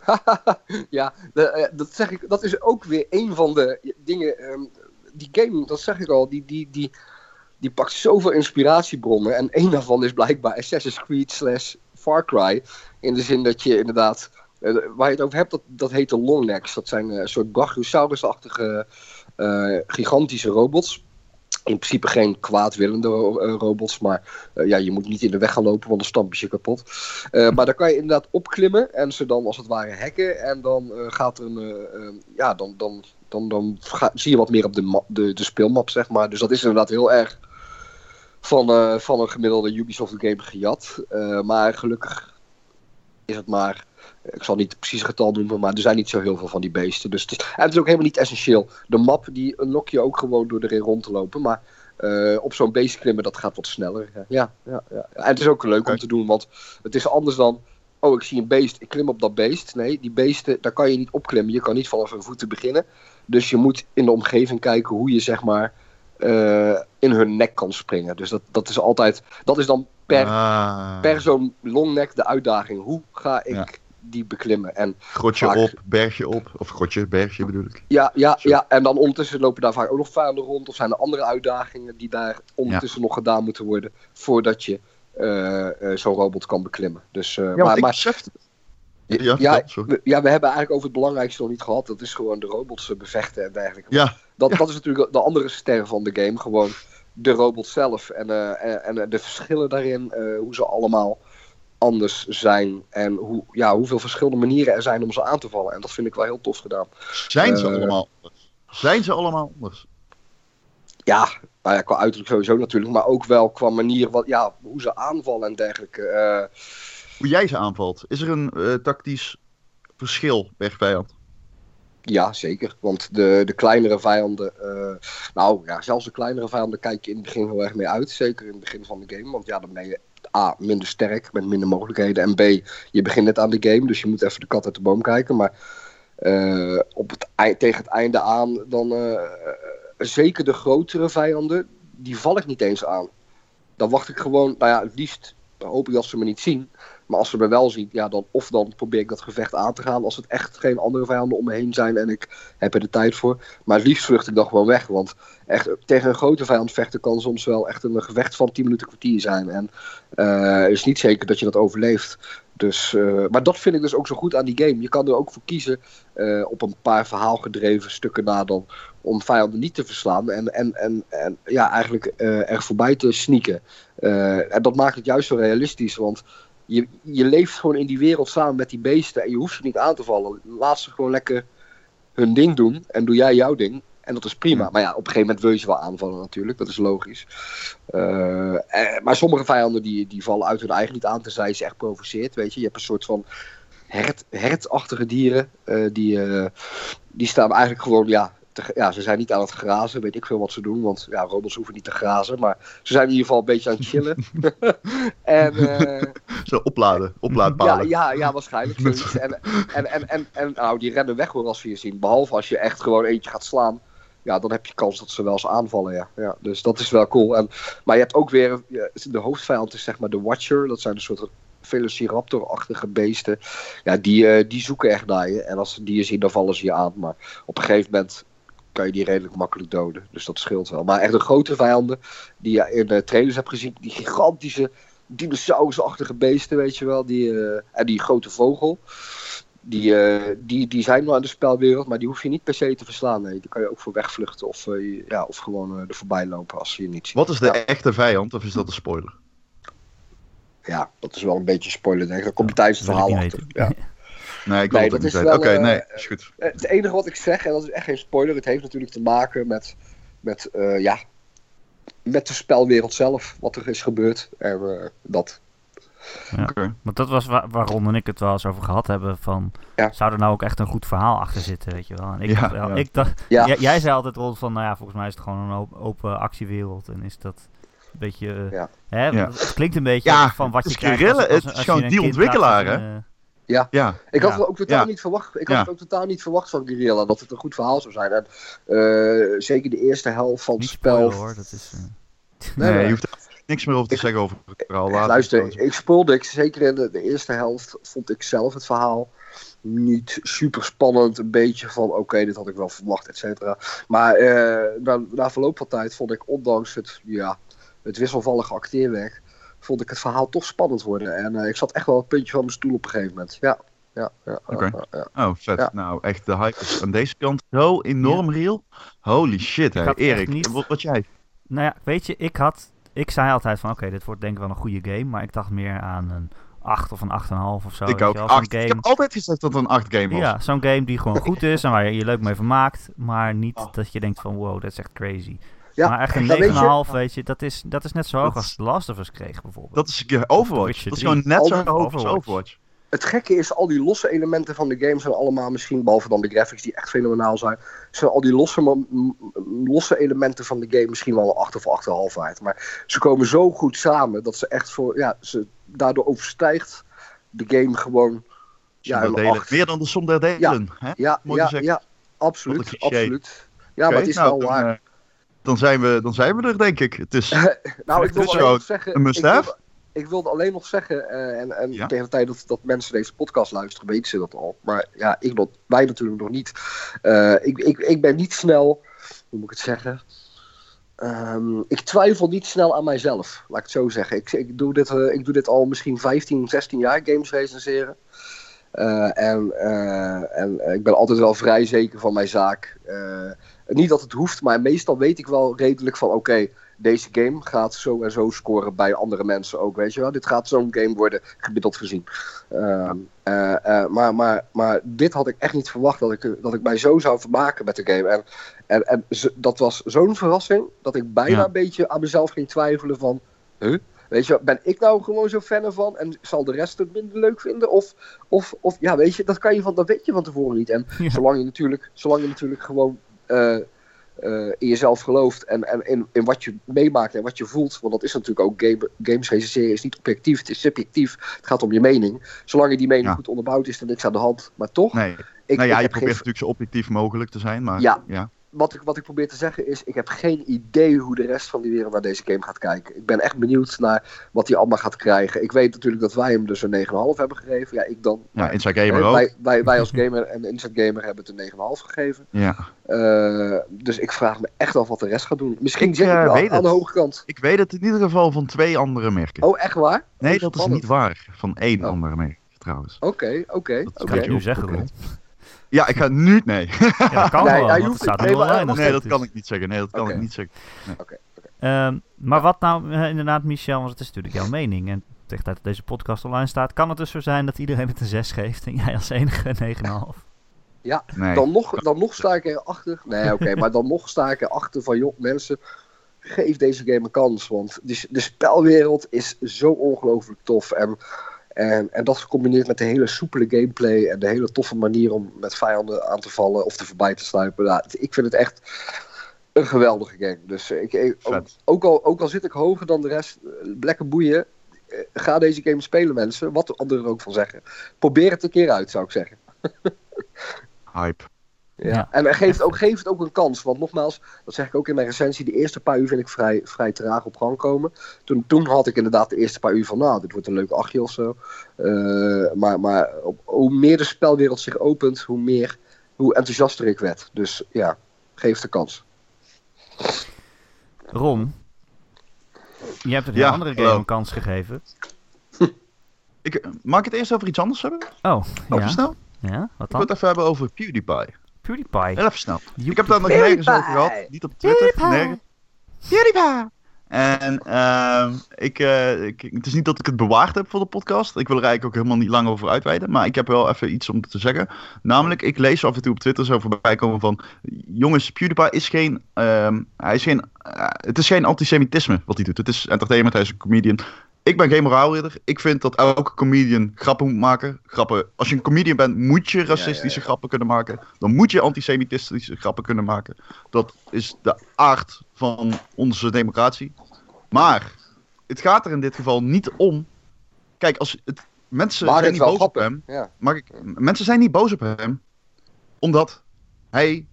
ja, de, uh, dat zeg ik. Dat is ook weer een van de dingen. Um, die game, dat zeg ik al, die, die, die, die pakt zoveel inspiratiebronnen. En één daarvan is blijkbaar Assassin's Creed slash Far Cry. In de zin dat je inderdaad... Uh, waar je het over hebt, dat, dat heet de longnecks. Dat zijn een uh, soort Brachiosaurus-achtige uh, gigantische robots. In principe geen kwaadwillende uh, robots, maar uh, ja, je moet niet in de weg gaan lopen, want dan stamp je je kapot. Uh, maar daar kan je inderdaad opklimmen en ze dan als het ware hacken. En dan uh, gaat er een, uh, uh, ja, dan, dan, dan, dan ga, zie je wat meer op de, ma- de, de speelmap, zeg maar. Dus dat is inderdaad heel erg van, uh, van een gemiddelde Ubisoft game gejat. Uh, maar gelukkig is het maar... Ik zal niet precies het getal noemen, maar er zijn niet zo heel veel van die beesten. Dus het is, en het is ook helemaal niet essentieel. De map, die unlock je ook gewoon door erin rond te lopen. Maar uh, op zo'n beest klimmen, dat gaat wat sneller. Ja, ja, ja. En het is ook leuk om te doen, want het is anders dan... Oh, ik zie een beest, ik klim op dat beest. Nee, die beesten, daar kan je niet opklimmen. Je kan niet vanaf hun voeten beginnen. Dus je moet in de omgeving kijken hoe je, zeg maar, uh, in hun nek kan springen. Dus dat, dat is altijd... Dat is dan per, ah. per zo'n longneck de uitdaging. Hoe ga ik... Ja. die beklimmen. En grotje vaak... op, bergje op. Of grotje, bergje bedoel ik. Ja, ja, ja, en dan ondertussen lopen daar vaak ook nog vijanden rond. Of zijn er andere uitdagingen die daar ondertussen ja. nog gedaan moeten worden. Voordat je uh, uh, zo'n robot kan beklimmen. Dus, uh, ja, maar, ik maar, besef... ja, ja, ja, we, ja, we hebben eigenlijk over het belangrijkste nog niet gehad. Dat is gewoon de robots uh, bevechten en dergelijke. Ja. Dat, ja. dat is natuurlijk de andere ster van de game. Gewoon de robot zelf. En, uh, en, en de verschillen daarin. Uh, hoe ze allemaal... anders zijn en hoe, ja, hoeveel verschillende manieren er zijn om ze aan te vallen. En dat vind ik wel heel tof gedaan. Zijn ze uh, allemaal anders? Zijn ze allemaal anders? Ja, nou ja, qua uiterlijk sowieso natuurlijk, maar ook wel qua manier, wat, ja, hoe ze aanvallen en dergelijke. Uh, hoe jij ze aanvalt? Is er een uh, tactisch verschil per vijand? Ja, zeker. Want de, de kleinere vijanden... Uh, nou ja, zelfs de kleinere vijanden kijk je in het begin heel erg mee uit. Zeker in het begin van de game. Want ja, dan ben je A, minder sterk, met minder mogelijkheden. En B, je begint net aan de game. Dus je moet even de kat uit de boom kijken. Maar uh, op het eind, tegen het einde aan, dan uh, uh, zeker de grotere vijanden, die val ik niet eens aan. Dan wacht ik gewoon, nou ja, het liefst hoop ik dat ze me niet zien. Maar als ze me wel zien, ja, dan, of dan probeer ik dat gevecht aan te gaan als het echt geen andere vijanden om me heen zijn en ik heb er de tijd voor. Maar het liefst vlucht ik dan gewoon weg, want echt tegen een grote vijand vechten kan soms wel echt een gevecht van tien minuten kwartier zijn. En het uh, is niet zeker dat je dat overleeft. Dus, uh, maar dat vind ik dus ook zo goed aan die game. Je kan er ook voor kiezen uh, op een paar verhaalgedreven stukken na dan om vijanden niet te verslaan en, en, en, en ja, eigenlijk uh, er voorbij te sneaken. Uh, en dat maakt het juist zo realistisch, want je, je leeft gewoon in die wereld samen met die beesten en je hoeft ze niet aan te vallen. Laat ze gewoon lekker hun ding doen en doe jij jouw ding. En dat is prima. Maar ja, op een gegeven moment wil je ze wel aanvallen natuurlijk. Dat is logisch. Uh, eh, maar sommige vijanden die, die vallen uit hun eigen niet aan. Tenzij ze echt provoceert. Weet je. Je hebt een soort van hert, hertachtige dieren. Uh, die, uh, die staan eigenlijk gewoon... Ja, te, ja, ze zijn niet aan het grazen. Weet ik veel wat ze doen. Want ja, robots hoeven niet te grazen. Maar ze zijn in ieder geval een beetje aan het chillen. en... Uh, Zo opladen. Oplaadpalen. Ja, ja, ja, waarschijnlijk. Zoiets. En, en, en, en, en nou, die rennen weg hoor als ze je zien. Behalve als je echt gewoon eentje gaat slaan. Ja, dan heb je kans dat ze wel eens aanvallen, ja. ja dus dat is wel cool. En, maar je hebt ook weer... De hoofdvijand is zeg maar de Watcher. Dat zijn een soort Velociraptor-achtige beesten. Ja, die, uh, die zoeken echt naar je. En als ze die je zien, dan vallen ze je aan. Maar op een gegeven moment kan je die redelijk makkelijk doden. Dus dat scheelt wel. Maar echt de grote vijanden die je in de trailers hebt gezien. Die gigantische dinosaurusachtige beesten, weet je wel. Die, uh, en die grote vogel. Die, uh, die, die zijn wel in de spelwereld, maar die hoef je niet per se te verslaan. Nee. Daar kan je ook voor wegvluchten of, uh, ja, of gewoon uh, er voorbij lopen als je niet ziet. Wat is de ja. echte vijand of is dat een spoiler? Ja, dat is wel een beetje spoiler, denk ik. Dan kom je tijdens het verhaal achter. Ja. Nee, ik wil nee, het dat niet is weten. Oké, okay, uh, nee, uh, is goed. Het enige wat ik zeg, en dat is echt geen spoiler, het heeft natuurlijk te maken met, met, uh, ja, met de spelwereld zelf, wat er is gebeurd. En uh, dat... Ja, okay. Want dat was waar, waar Ron en ik het wel eens over gehad hebben. Van, ja. Zou er nou ook echt een goed verhaal achter zitten, weet je wel? En ik, ja, dacht, wel, ja. ik dacht, ja. j- jij zei altijd, Ron, van nou ja, volgens mij is het gewoon een open, open actiewereld. En is dat een beetje, uh, ja. hè, ja. het klinkt een beetje ja, van wat je krijgt. krijgt. Als, als, het als is gewoon die ontwikkelaar, hè? Een, uh, Ja. ja, ik had ja. het ook totaal ja. niet verwacht. Ik ja. had het ook totaal niet verwacht van Guerrilla dat het een goed verhaal zou zijn. En, uh, zeker de eerste helft van het spel. Spoiler, hoor. Dat is, uh... nee, nee, nee, je hoeft er niks meer over te ik, zeggen over het verhaal. Later. Luister, ik spoilde ik zeker in de, de eerste helft vond ik zelf het verhaal niet super spannend. Een beetje van oké, okay, dit had ik wel verwacht, et cetera. Maar uh, na, na verloop van tijd vond ik ondanks het, ja, het wisselvallige acteerwerk, vond ik het verhaal toch spannend worden. En uh, ik zat echt wel een puntje van mijn stoel op een gegeven moment. Ja, ja, ja. Oké. Okay. Ja, ja. Oh, vet. Ja. Nou, echt de hype is aan deze kant zo enorm ja. real. Holy shit, hè. Erik, niet... wat, wat jij? Nou ja, weet je, ik had... Ik zei altijd van, oké, okay, dit wordt denk ik wel een goede game. Maar ik dacht meer aan een acht of een acht komma vijf of zo. Ik ook, acht. Game... Ik heb altijd gezegd dat het een acht game was. Ja, zo'n game die gewoon goed is en waar je je leuk mee vermaakt. Maar niet oh. dat je denkt van, wow, dat is echt crazy. Ja, maar echt een negen komma vijf, weet, weet je, dat is, dat is net zo hoog dat als The Last of Us kreeg bijvoorbeeld. Dat is een keer Overwatch. Dat is gewoon net zo hoog als Overwatch. Het gekke is, al die losse elementen van de game zijn allemaal misschien, behalve dan de graphics die echt fenomenaal zijn, zijn al die losse, m- losse elementen van de game misschien wel een acht of acht komma vijf waard. Maar ze komen zo goed samen dat ze echt voor, ja, ze daardoor overstijgt de game gewoon, ja, een acht. Meer dan de som der delen, ja, hè? Ja, Mooi ja, gezegd. ja, absoluut, absoluut. Ja, okay, maar het is nou, wel waar. Dan, uh, dan, zijn we, dan zijn we er, denk ik. Het is nou, ik wil alleen nog zeggen, een must-have. Ik wilde alleen nog zeggen, uh, en, en ja? tegen de tijd dat, dat mensen deze podcast luisteren, weten ze dat al. Maar ja, ik nog, wij natuurlijk nog niet. Uh, ik, ik, ik ben niet snel, hoe moet ik het zeggen? Um, ik twijfel niet snel aan mijzelf, laat ik het zo zeggen. Ik, ik, doe, dit, uh, ik doe dit al misschien vijftien, zestien jaar, games recenseren. Uh, en, uh, en uh, ik ben altijd wel vrij zeker van mijn zaak. Uh, niet dat het hoeft, maar meestal weet ik wel redelijk van oké, okay, deze game gaat zo en zo scoren bij andere mensen ook, weet je wel. Dit gaat zo'n game worden, gemiddeld gezien. Uh, uh, uh, maar, maar, maar dit had ik echt niet verwacht, dat ik, dat ik mij zo zou vermaken met de game. En, en, en z- dat was zo'n verrassing, dat ik bijna ja. een beetje aan mezelf ging twijfelen van, huh? Weet je, ben ik nou gewoon zo fan ervan en zal de rest het minder leuk vinden? Of, of, of ja, weet je, dat kan je van, dat weet je van tevoren niet. En ja. zolang je natuurlijk, zolang je natuurlijk gewoon uh, uh, in jezelf gelooft en, en in, in wat je meemaakt en wat je voelt, want dat is natuurlijk ook game, games recenseren is niet objectief, het is subjectief, het gaat om je mening. Zolang je die mening ja. goed onderbouwd is, dan niks aan de hand. Maar toch, nee. ik, nou ja, ik je probeert geen... natuurlijk zo objectief mogelijk te zijn, maar ja. ja. Wat ik, wat ik probeer te zeggen is, ik heb geen idee hoe de rest van die wereld naar deze game gaat kijken. Ik ben echt benieuwd naar wat hij allemaal gaat krijgen. Ik weet natuurlijk dat wij hem dus een negen komma vijf hebben gegeven. Ja, ik dan. Ja, Inside Gamer ook. Wij, wij, wij als gamer en Inside Gamer hebben het een negen komma vijf gegeven. Ja. Uh, dus ik vraag me echt af wat de rest gaat doen. Misschien ik, zit ik uh, wel aan het. de hoge kant. Ik weet het in ieder geval van twee andere merken. Oh, echt waar? Nee, oh, dat is niet waar. Van één oh. andere merk trouwens. Oké, oké. Dat kan je nu zeggen, Ron. Ja, ik ga nu... Nee. Ja, dat kan nee, wel, ja, want het staat nu online. Nee, nee dat kan ik niet zeggen. Nee, dat kan okay. ik niet zeggen. Nee. Okay, okay. Um, maar wat nou uh, inderdaad, Michel, want het is natuurlijk jouw mening. En tegen dat deze podcast online staat, kan het dus zo zijn dat iedereen het een zes geeft en jij als enige een negen komma vijf? Ja, nee. dan, nog, dan nog sta ik erachter. Nee, oké, okay, maar dan nog sta ik erachter van, joh, mensen, geef deze game een kans. Want de, de spelwereld is zo ongelooflijk tof. En, en, en dat gecombineerd met de hele soepele gameplay en de hele toffe manier om met vijanden aan te vallen of er voorbij te sluipen. Nou, ik vind het echt een geweldige game. Dus ik, ik, ook, ook, al, ook al zit ik hoger dan de rest, lekker boeien. Ga deze game spelen, mensen. Wat de anderen er ook van zeggen. Probeer het een keer uit, zou ik zeggen. Hype. Ja. Ja. En geef het, ook, geef het ook een kans. Want nogmaals, dat zeg ik ook in mijn recensie, de eerste paar uur vind ik vrij, vrij traag op gang komen. Toen, toen had ik inderdaad de eerste paar uur van, nou, dit wordt een leuk achtje of zo. Uh, maar maar op, hoe meer de spelwereld zich opent, hoe meer, hoe enthousiaster ik werd. Dus ja, geef het een kans. Ron, je hebt een Ja, andere game hallo. een kans gegeven. Ik, mag ik het eerst over iets anders hebben? Oh, Even ja. snel. Ja, wat Ik wil dan? het even hebben over PewDiePie. PewDiePie. Heel even snel. You- Ik heb daar nog nergens over gehad. Niet op Twitter, nergens. PewDiePie! En ehm ik, uh, ik, het is niet dat ik het bewaard heb voor de podcast. Ik wil er eigenlijk ook helemaal niet lang over uitweiden. Maar ik heb wel even iets om te zeggen. Namelijk, ik lees af en toe op Twitter zo voorbij komen van... Jongens, PewDiePie is geen... Um, hij is geen uh, het is geen antisemitisme wat hij doet. Het is entertainment, hij is een comedian. Ik ben geen moraalridder. Ik vind dat elke comedian grappen moet maken. Grappen. Als je een comedian bent, moet je racistische ja, ja, ja. grappen kunnen maken. Dan moet je antisemitistische grappen kunnen maken. Dat is de aard van onze democratie. Maar het gaat er in dit geval niet om. Kijk, als het, mensen maar zijn niet boos grappen. op hem. Ja. Mag ik, mensen zijn niet boos op hem. Omdat hij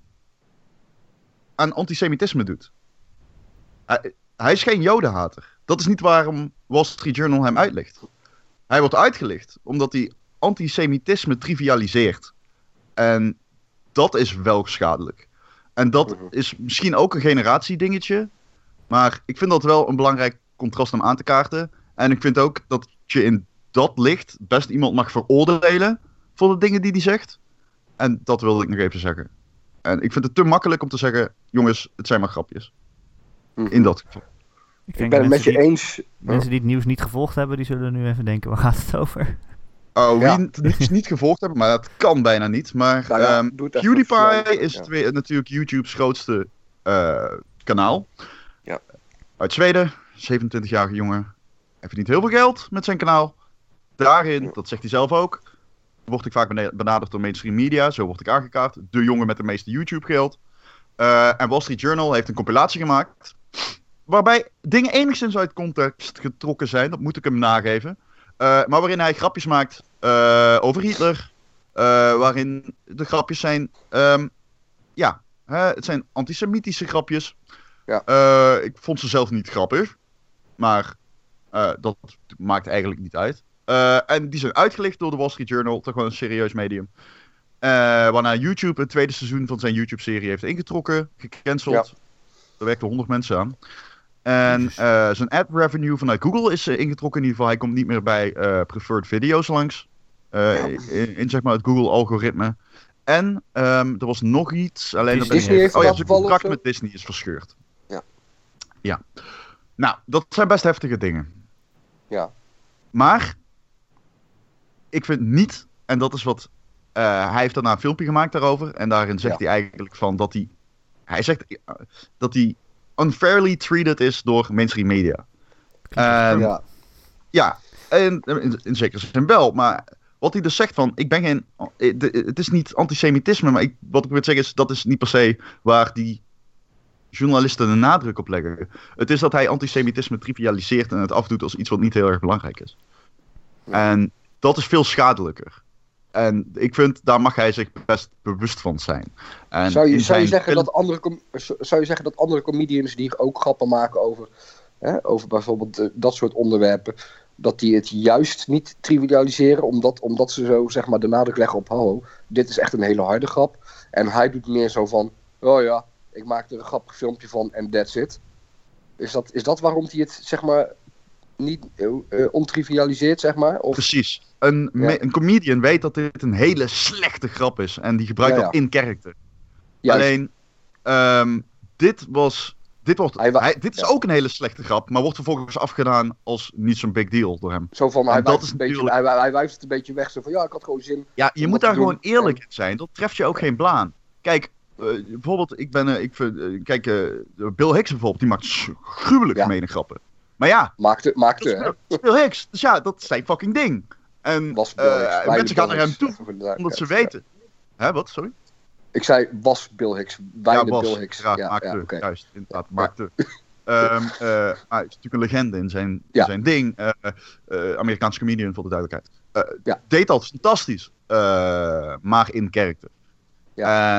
aan antisemitisme doet. Hij, hij is geen jodenhater. Dat is niet waarom Wall Street Journal hem uitlegt. Hij wordt uitgelicht omdat hij antisemitisme trivialiseert. En dat is wel schadelijk. En dat is misschien ook een generatiedingetje. Maar ik vind dat wel een belangrijk contrast om aan te kaarten. En ik vind ook dat je in dat licht best iemand mag veroordelen voor de dingen die hij zegt. En dat wilde ik nog even zeggen. En ik vind het te makkelijk om te zeggen, jongens, het zijn maar grapjes. In dat geval. Ik, ik ben het met je die, eens. Mensen die het nieuws niet gevolgd hebben, die zullen nu even denken, waar gaat het over? Oh, wie Ja. het nieuws niet gevolgd hebben, maar dat kan bijna niet. Maar Nou ja, ehm, doe het even PewDiePie snel. is Ja. twee- natuurlijk YouTube's grootste eh, kanaal. Ja. Uit Zweden, zevenentwintigjarige jongen. Hij verdient niet heel veel geld met zijn kanaal. Daarin, Ja. dat zegt hij zelf ook, word ik vaak bene- benaderd door mainstream media. Zo word ik aangekaart. De jongen met de meeste YouTube geld. Uh, en Wall Street Journal heeft een compilatie gemaakt. Waarbij dingen enigszins uit context getrokken zijn. Dat moet ik hem nageven. Uh, maar waarin hij grapjes maakt uh, over Hitler. Uh, waarin de grapjes zijn... Um, ja, hè, het zijn antisemitische grapjes. Ja. Uh, ik vond ze zelf niet grappig. Maar uh, dat maakt eigenlijk niet uit. Uh, en die zijn uitgelicht door de Wall Street Journal. Toch wel een serieus medium. Uh, waarna YouTube het tweede seizoen van zijn YouTube-serie heeft ingetrokken. Gecanceld. Ja. Daar werkten honderd mensen aan. En uh, zijn ad revenue vanuit Google is uh, ingetrokken. In ieder geval, hij komt niet meer bij uh, preferred video's langs. Uh, in, in zeg maar het Google-algoritme. En um, er was nog iets. Alleen dat Disney heeft oh ja, laten zijn vallen contract of zo? met Disney is verscheurd. Ja. Ja. Nou, dat zijn best heftige dingen. Ja. Maar ik vind niet, en dat is wat... Uh, hij heeft daarna een filmpje gemaakt daarover. En daarin zegt Ja. hij eigenlijk van dat hij... Hij zegt uh, dat hij unfairly treated is door mainstream media. En, Ja. Ja, en, in, in zekere zin wel. Maar wat hij dus zegt van... Ik ben geen... Het is niet antisemitisme. Maar ik, wat ik wil zeggen is... Dat is niet per se waar die journalisten de nadruk op leggen. Het is dat hij antisemitisme trivialiseert en het afdoet als iets wat niet heel erg belangrijk is. Ja. En dat is veel schadelijker. En ik vind, daar mag hij zich best bewust van zijn. En zou, je, zou, zijn je zeggen film... dat andere com- zou je zeggen dat andere comedians die ook grappen maken over, hè, over bijvoorbeeld uh, dat soort onderwerpen, dat die het juist niet trivialiseren, omdat, omdat ze zo zeg maar de nadruk leggen op, oh, dit is echt een hele harde grap. En hij doet meer zo van, oh ja, ik maak er een grappig filmpje van en that's it. Is dat, is dat waarom hij het zeg maar niet uh, uh, ontrivialiseert, zeg maar? Of... Precies. Een, Ja. me- een comedian weet dat dit een hele slechte grap is. En die gebruikt Ja, ja. dat in character. Juist. Alleen, um, dit was... Dit, wordt, Hij wa- hij, dit is ja. ook een hele slechte grap, maar wordt vervolgens afgedaan als niet zo'n big deal door hem. Zo van, En hij dat wijft, is een beetje, natuurlijk- hij, hij wijft het een beetje weg. Zo van, ja, ik had gewoon zin. Ja, je Om moet dat daar te gewoon doen. eerlijk in zijn. Dat treft je ook geen blaan. Kijk, uh, bijvoorbeeld, ik ben, uh, ik vind, uh, kijk, uh, Bill Hicks bijvoorbeeld, die maakt s- gruwelijk Ja. gemene grappen. Maar ja, Maakte, dat maakte is, hè? dat is Bill Hicks. Dus ja, dat is zijn fucking ding. En Was uh, Bill Hicks. Wijde mensen gaan Bill naar hem Hicks. toe, Even voor de duik- omdat ze ja. weten. Hè, wat? Sorry? Ik zei, was Bill Hicks. Wijde ja, was. Bill Hicks. Ja, Ja, maakte, ja, oké. juist, inderdaad, maakte. Um, uh, maar hij is natuurlijk een legende in zijn, in Ja. zijn ding. Uh, uh, Amerikaanse comedian, voor de duidelijkheid. Uh, Ja. Deed dat fantastisch. Uh, maar in character. Ja. En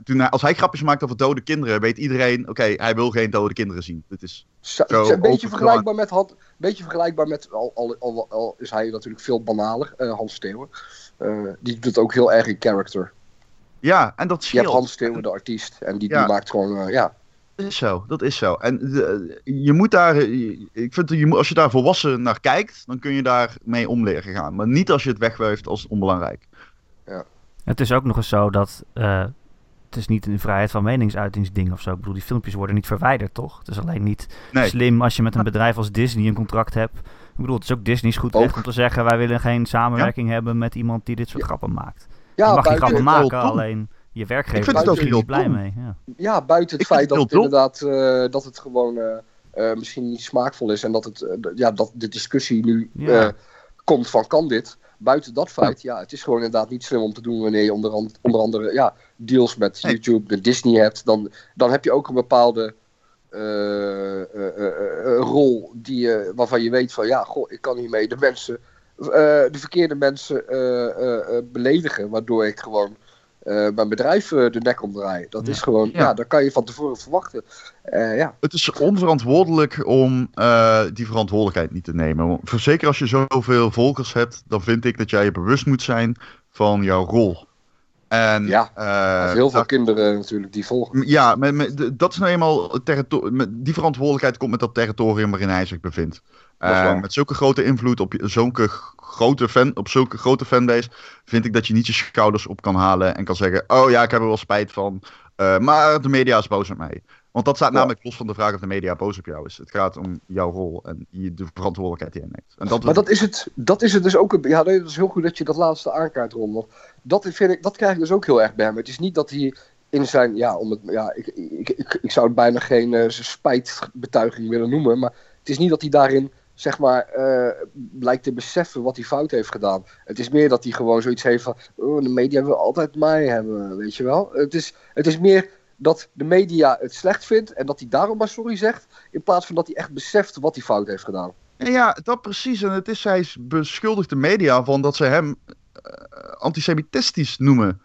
toen hij, als hij grapjes maakt over dode kinderen, weet iedereen, oké, okay, hij wil geen dode kinderen zien. Dit is zo, zo een beetje vergelijkbaar met, een beetje vergelijkbaar met al, al, al, al is hij natuurlijk veel banaler, uh, Hans Steeuwen. Uh, die doet het ook heel erg in character. Ja, en dat scheelt. Je hebt Hans Steeuwen, de artiest, en die, ja. die maakt gewoon, uh, ja. Dat is zo, dat is zo. En de, je moet daar, ik vind, je moet, als je daar volwassen naar kijkt, dan kun je daar mee om leren gaan. Maar niet als je het wegwerft als onbelangrijk. Ja. Het is ook nog eens zo dat, uh, het is niet een vrijheid van meningsuitingsding of zo. Ik bedoel, die filmpjes worden niet verwijderd, toch? Het is alleen niet nee. slim als je met een bedrijf als Disney een contract hebt. Ik bedoel, het is ook Disney's goed recht om te zeggen, wij willen geen samenwerking ja. hebben met iemand die dit soort ja. grappen maakt. Ja, je mag die grappen maken, alleen je werkgever is er niet blij mee. Ja, ja buiten het ik feit dat het, het inderdaad uh, dat het gewoon uh, uh, misschien niet smaakvol is en dat, het, uh, ja, dat de discussie nu ja. uh, komt van kan dit. Buiten dat feit, ja, het is gewoon inderdaad niet slim om te doen wanneer je onder, and- onder andere ja, deals met nee. YouTube, de Disney hebt. Dan, dan heb je ook een bepaalde uh, uh, uh, uh, rol die, uh, waarvan je weet van ja, goh, ik kan hiermee de mensen, uh, de verkeerde mensen uh, uh, uh, beledigen, waardoor ik gewoon Uh, mijn bedrijf uh, de nek omdraaien. Dat ja. is gewoon, ja. ja, dat kan je van tevoren verwachten. Uh, ja. Het is onverantwoordelijk om uh, die verantwoordelijkheid niet te nemen. Zeker als je zoveel volgers hebt, dan vind ik dat jij je bewust moet zijn van jouw rol. En, ja, uh, heel veel dat, kinderen natuurlijk die volgen. Ja, met, met, dat is nou eenmaal, territo- met, die verantwoordelijkheid komt met dat territorium waarin hij zich bevindt. Uh, met zulke grote invloed op zulke grote fan, op zulke grote fanbase, vind ik dat je niet je schouders op kan halen en kan zeggen, oh ja, ik heb er wel spijt van, uh, maar de media is boos op mij. Want dat staat ja. namelijk los van de vraag of de media boos op jou is. Het gaat om jouw rol en de verantwoordelijkheid die jij neemt. En dat maar dat is, het, dat is het dus ook, ja, dat is heel goed dat je dat laatste aankaart, Ron. Dat, vind ik, dat krijg ik dus ook heel erg bij hem. Het is niet dat hij in zijn, ja, om het, ja ik, ik, ik, ik zou het bijna geen uh, spijtbetuiging willen noemen, maar het is niet dat hij daarin zeg maar, uh, lijkt te beseffen wat hij fout heeft gedaan. Het is meer dat hij gewoon zoiets heeft van, oh, de media wil altijd mij hebben, weet je wel. Het is, het is meer dat de media het slecht vindt en dat hij daarom maar sorry zegt, in plaats van dat hij echt beseft wat hij fout heeft gedaan. Ja, dat precies. En het is, hij beschuldigt de media van dat ze hem uh, antisemitistisch noemen.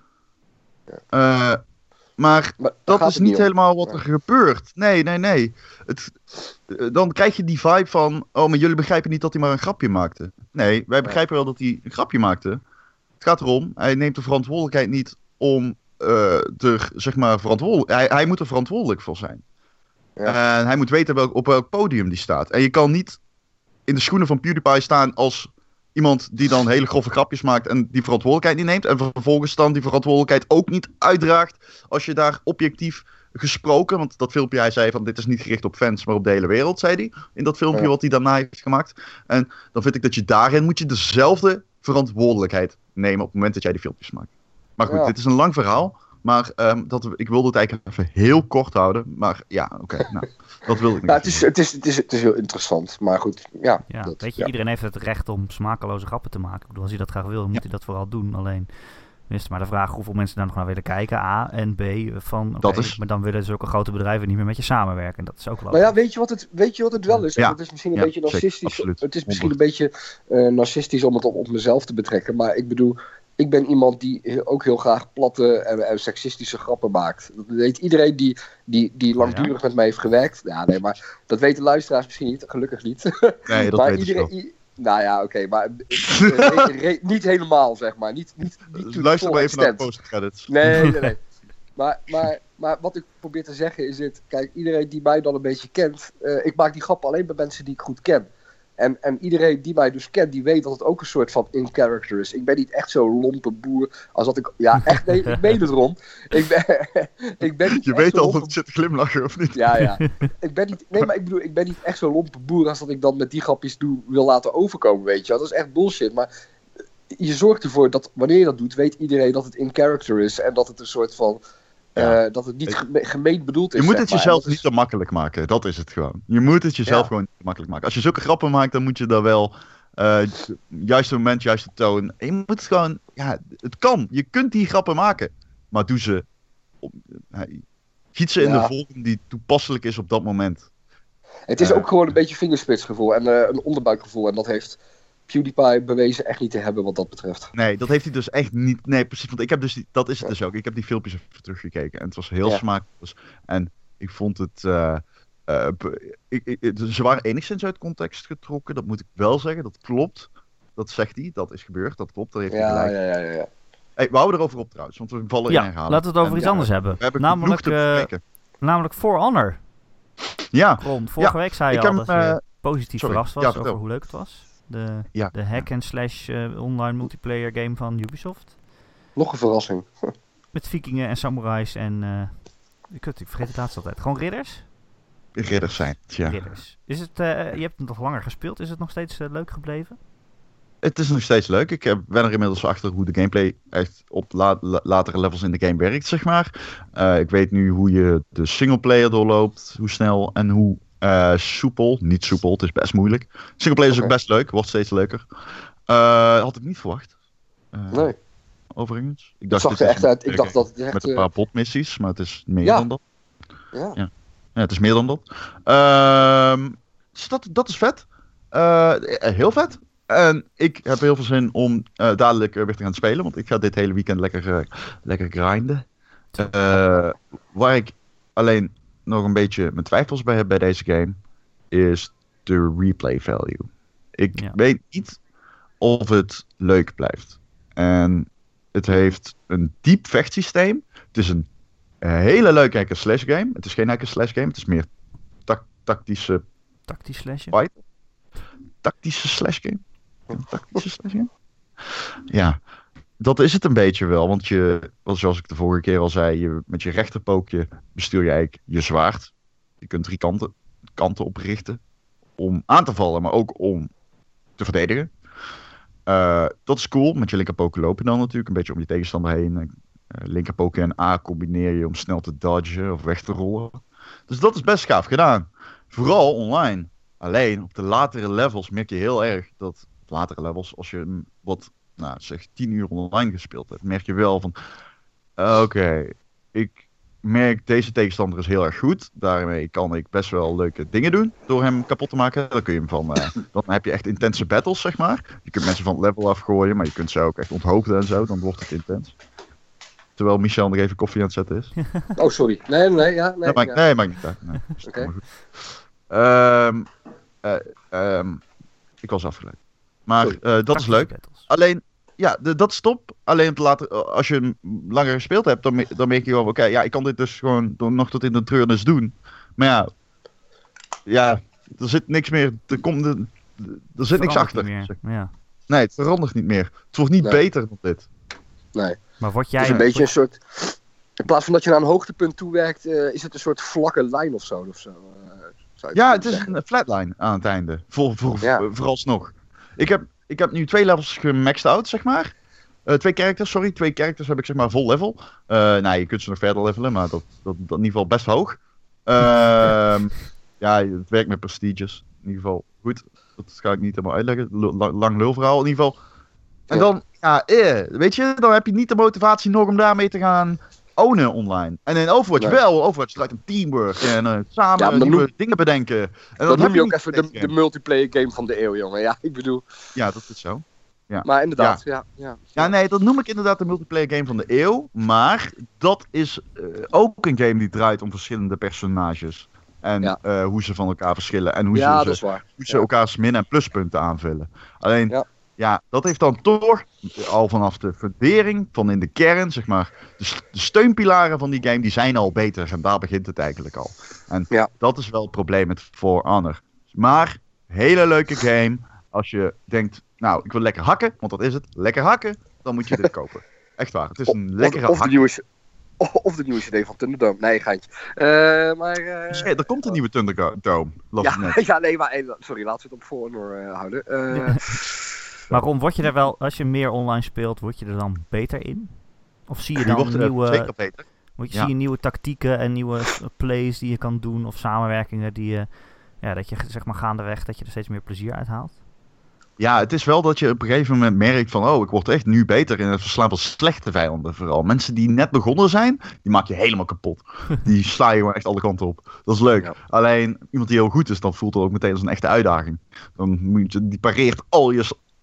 Ja. Uh, Maar, maar dat is niet, niet helemaal wat er gebeurt. Nee, nee, nee. Het, dan krijg je die vibe van, oh, maar jullie begrijpen niet dat hij maar een grapje maakte. Nee, wij begrijpen wel dat hij een grapje maakte. Het gaat erom, hij neemt de verantwoordelijkheid niet om uh, er, zeg maar, verantwoordelijk... Hij, hij moet er verantwoordelijk voor zijn. Ja. En hij moet weten welk, op welk podium die staat. En je kan niet in de schoenen van PewDiePie staan als iemand die dan hele grove grapjes maakt en die verantwoordelijkheid niet neemt. En vervolgens dan die verantwoordelijkheid ook niet uitdraagt als je daar objectief gesproken, want dat filmpje, hij zei van dit is niet gericht op fans, maar op de hele wereld, zei hij. In dat filmpje ja. wat hij daarna heeft gemaakt. En dan vind ik dat je daarin moet je dezelfde verantwoordelijkheid nemen op het moment dat jij die filmpjes maakt. Maar goed, ja. dit is een lang verhaal. Maar um, dat, ik wilde het eigenlijk even heel kort houden. Maar ja, oké. Okay, nou, dat wilde ik niet. Ja, het, is, het, is, het, is, het is heel interessant. Maar goed, ja. ja dat, weet je, ja. iedereen heeft het recht om smakeloze grappen te maken. Ik bedoel, als hij dat graag wil, moet ja. hij dat vooral doen. Alleen is het maar de vraag hoeveel mensen daar nog naar willen kijken. A en B van, okay, is... maar dan willen zulke grote bedrijven niet meer met je samenwerken. Dat is ook wel. Maar ja, weet je wat het, weet je wat het wel is? Ja. Het is misschien een ja, beetje narcistisch. Zeker, het is misschien een beetje uh, narcistisch om het op, op mezelf te betrekken. Maar ik bedoel, ik ben iemand die ook heel graag platte en, en seksistische grappen maakt. Dat weet iedereen die, die, die langdurig ja. met mij heeft gewerkt. Ja, nee, maar dat weten luisteraars misschien niet. Gelukkig niet. Nee, dat maar weet iedereen, ik Nou ja, oké, okay, maar re, re, niet helemaal, zeg maar. Niet, niet, niet Luister maar even naar de postcredits. Nee, nee, nee. Maar, maar, maar wat ik probeer te zeggen is dit. Kijk, iedereen die mij dan een beetje kent. Uh, ik maak die grappen alleen bij mensen die ik goed ken. En, en iedereen die mij dus kent, die weet dat het ook een soort van in-character is. Ik ben niet echt zo'n lompe boer als dat ik... Ja, echt, nee, ik meen het, Ron. Ik ben, ik ben niet Je weet al dat het zit te glimlachen, of niet? Ja, ja. Ik ben niet, nee, maar ik bedoel, ik ben niet echt zo'n lompe boer als dat ik dan met die grapjes doe, wil laten overkomen, weet je. Dat is echt bullshit, maar je zorgt ervoor dat wanneer je dat doet, weet iedereen dat het in-character is en dat het een soort van... Ja. Uh, dat het niet geme- gemeen bedoeld is. Je moet het maar. jezelf is... niet te makkelijk maken. Dat is het gewoon. Je moet het jezelf ja. gewoon niet te makkelijk maken. Als je zulke grappen maakt, dan moet je daar wel... Uh, juiste moment, juiste toon. En je moet het gewoon... Ja, het kan. Je kunt die grappen maken. Maar doe ze... Op, uh, giet ze ja. in de vorm die toepasselijk is op dat moment. Het is uh, ook gewoon een beetje vingerspitsgevoel. En uh, een onderbuikgevoel. En dat heeft... PewDiePie bewezen echt niet te hebben wat dat betreft. Nee, dat heeft hij dus echt niet. Nee, precies. Want ik heb dus die, dat is het dus ook. Ik heb die filmpjes even teruggekeken en het was heel Ja. smakelijk. En ik vond het. Uh, uh, ik, ik, ze waren enigszins uit context getrokken. Dat moet ik wel zeggen. Dat klopt. Dat zegt hij. Dat is gebeurd. Dat klopt. Daar heeft hij Ja, gelijk. ja, ja, ja. Hey, we houden erover op trouwens, want we vallen Ja, in herhaling. laten we het over En, iets ja, anders hebben. We hebben Namelijk, genoeg te uh, bespreken. namelijk For Honor. Ja. Ron, vorige Ja, week zei je ik al heb dat hem, je uh, positief sorry. verrast was Ja, over vertel. hoe leuk het was. De, Ja. de hack and slash uh, online multiplayer game van Ubisoft. Nog een verrassing. Met vikingen en samurais en... Uh, ik, ik vergeet het laatst altijd. Gewoon ridders? Ridders zijn het, ja. Ridders. Is het, uh, je hebt het nog langer gespeeld. Is het nog steeds uh, leuk gebleven? Het is nog steeds leuk. Ik ben er inmiddels achter hoe de gameplay echt op la- la- latere levels in de game werkt, zeg maar. Uh, ik weet nu hoe je de singleplayer doorloopt, hoe snel en hoe uh, soepel. Niet soepel, het is best moeilijk. Singleplayer is Okay. ook best leuk, wordt steeds leuker. Uh, had ik niet verwacht. Uh, Nee. Overigens. Ik Het zag er echt uit. Ik dacht dat het echt... Met een paar botmissies, maar het is meer ja. dan dat. Ja. Ja. Ja, het is meer dan dat. Uh, dus dat, dat is vet. Uh, heel vet. En ik heb heel veel zin om uh, dadelijk uh, weer te gaan spelen. Want ik ga dit hele weekend lekker, uh, lekker grinden. Uh, waar ik alleen nog een beetje mijn twijfels bij heb bij deze game. Is de replay value. Ik ja. weet niet of het leuk blijft. En het heeft een diep vechtsysteem. Het is een hele leuke hack and slash game. Het is geen hack and slash game. Het is meer tak- tactische... Tactisch slashje? Fight. Tactische slash game. Een tactische slash game? Ja, dat is het een beetje wel. Want je, zoals ik de vorige keer al zei, je, met je rechterpookje bestuur je eigenlijk je zwaard. Je kunt drie kanten, kanten oprichten om aan te vallen, maar ook om te verdedigen. Uh, dat is cool. Met je linkerpookje loop je dan natuurlijk een beetje om je tegenstander heen. Uh, linkerpookje en A combineer je om snel te dodgen of weg te rollen. Dus dat is best gaaf gedaan. Vooral online. Alleen op de latere levels merk je heel erg dat... Latere levels, als je wat, nou zeg, tien uur online gespeeld hebt, merk je wel van... Oké, okay, ik merk deze tegenstander is heel erg goed. Daarmee kan ik best wel leuke dingen doen door hem kapot te maken. Dan kun je hem van... Uh, dan heb je echt intense battles, zeg maar. Je kunt mensen van het level afgooien, maar je kunt ze ook echt onthoofden en zo. Dan wordt het intens. Terwijl Michel nog even koffie aan het zetten is. Oh, sorry. Nee, nee, ja. Nee, dat maakt, ja. nee, maakt niet uit. Nee, Oké. Okay. Um, uh, um, ik was afgeleid. Maar uh, dat Tactische is leuk. battles. Alleen, ja, de, dat is top. Alleen te later, als je hem langer gespeeld hebt, dan, dan merk je gewoon, oké, okay, ja, ik kan dit dus gewoon nog tot in de treurnis doen. Maar ja, ja, er zit niks meer, er, komt, er, er zit niks achter. Zeg. Ja. Nee, het verandert niet meer. Het wordt niet nee. beter dan dit. Nee. Maar word jij... Het is een beetje een soort... In plaats van dat je naar een hoogtepunt toewerkt, uh, is het een soort vlakke lijn of zo. Of zo uh, ja, het is zeggen. een flatline aan het einde. Voor, voor, ja. Vooralsnog. Ik heb, ik heb nu twee levels gemaxed out, zeg maar. Uh, twee characters, sorry. Twee characters heb ik zeg maar vol level. Uh, nou, je kunt ze nog verder levelen, maar dat, dat, dat in ieder geval best hoog. Uh, ja, het werkt met prestiges. In ieder geval goed. Dat ga ik niet helemaal uitleggen. L- lang lulverhaal in ieder geval. En ja. dan, ja, eh, weet je, dan heb je niet de motivatie nog om daarmee te gaan ownen online. En in Overwatch nee. wel. Overwatch draait om teamwork en uh, samen ja, nieuwe noem... dingen bedenken. En dan dat noem je ook even de, de multiplayer game van de eeuw, jongen. Ja, ik bedoel... Ja, dat is zo. Ja. Maar inderdaad, ja. Ja, ja. ja, nee, dat noem ik inderdaad de multiplayer game van de eeuw. Maar dat is uh, ook een game die draait om verschillende personages. En ja. uh, hoe ze van elkaar verschillen. En hoe ja, ze, dat is waar. Hoe ze ja. elkaars min- en pluspunten aanvullen. Alleen, ja. ja, dat heeft dan toch al vanaf de fundering van in de kern, zeg maar. De, de steunpilaren van die game, die zijn al beter. En daar begint het eigenlijk al. En ja. dat is wel het probleem met For Honor. Maar, hele leuke game. Als je denkt, nou, ik wil lekker hakken, want dat is het. Lekker hakken, dan moet je dit kopen. Echt waar, het is een of, lekkere of, of hak. De nieuwe, of de nieuwe C D van Thunderdome. Nee, geintje. Uh, maar... Uh, dus, hey, er komt een nieuwe Thunderdome. Ja, net. ja, nee, maar sorry, laten we het op For Honor uh, houden. Uh, ja. Maar Ron, word je er wel, als je meer online speelt, word je er dan beter in? Of zie je dan wordt, nieuwe... uh, zeker beter. Word je, ja. Zie je nieuwe tactieken en nieuwe plays die je kan doen, of samenwerkingen die je... Ja, dat je zeg maar gaandeweg, dat je er steeds meer plezier uit haalt? Ja, het is wel dat je op een gegeven moment merkt van... oh, ik word echt nu beter in het verslaan van slechte vijanden vooral. Mensen die net begonnen zijn, die maak je helemaal kapot. Die sla je maar echt alle kanten op. Dat is leuk. Ja. Alleen, iemand die heel goed is, dan voelt het ook meteen als een echte uitdaging. Dan moet je, die pareert al je,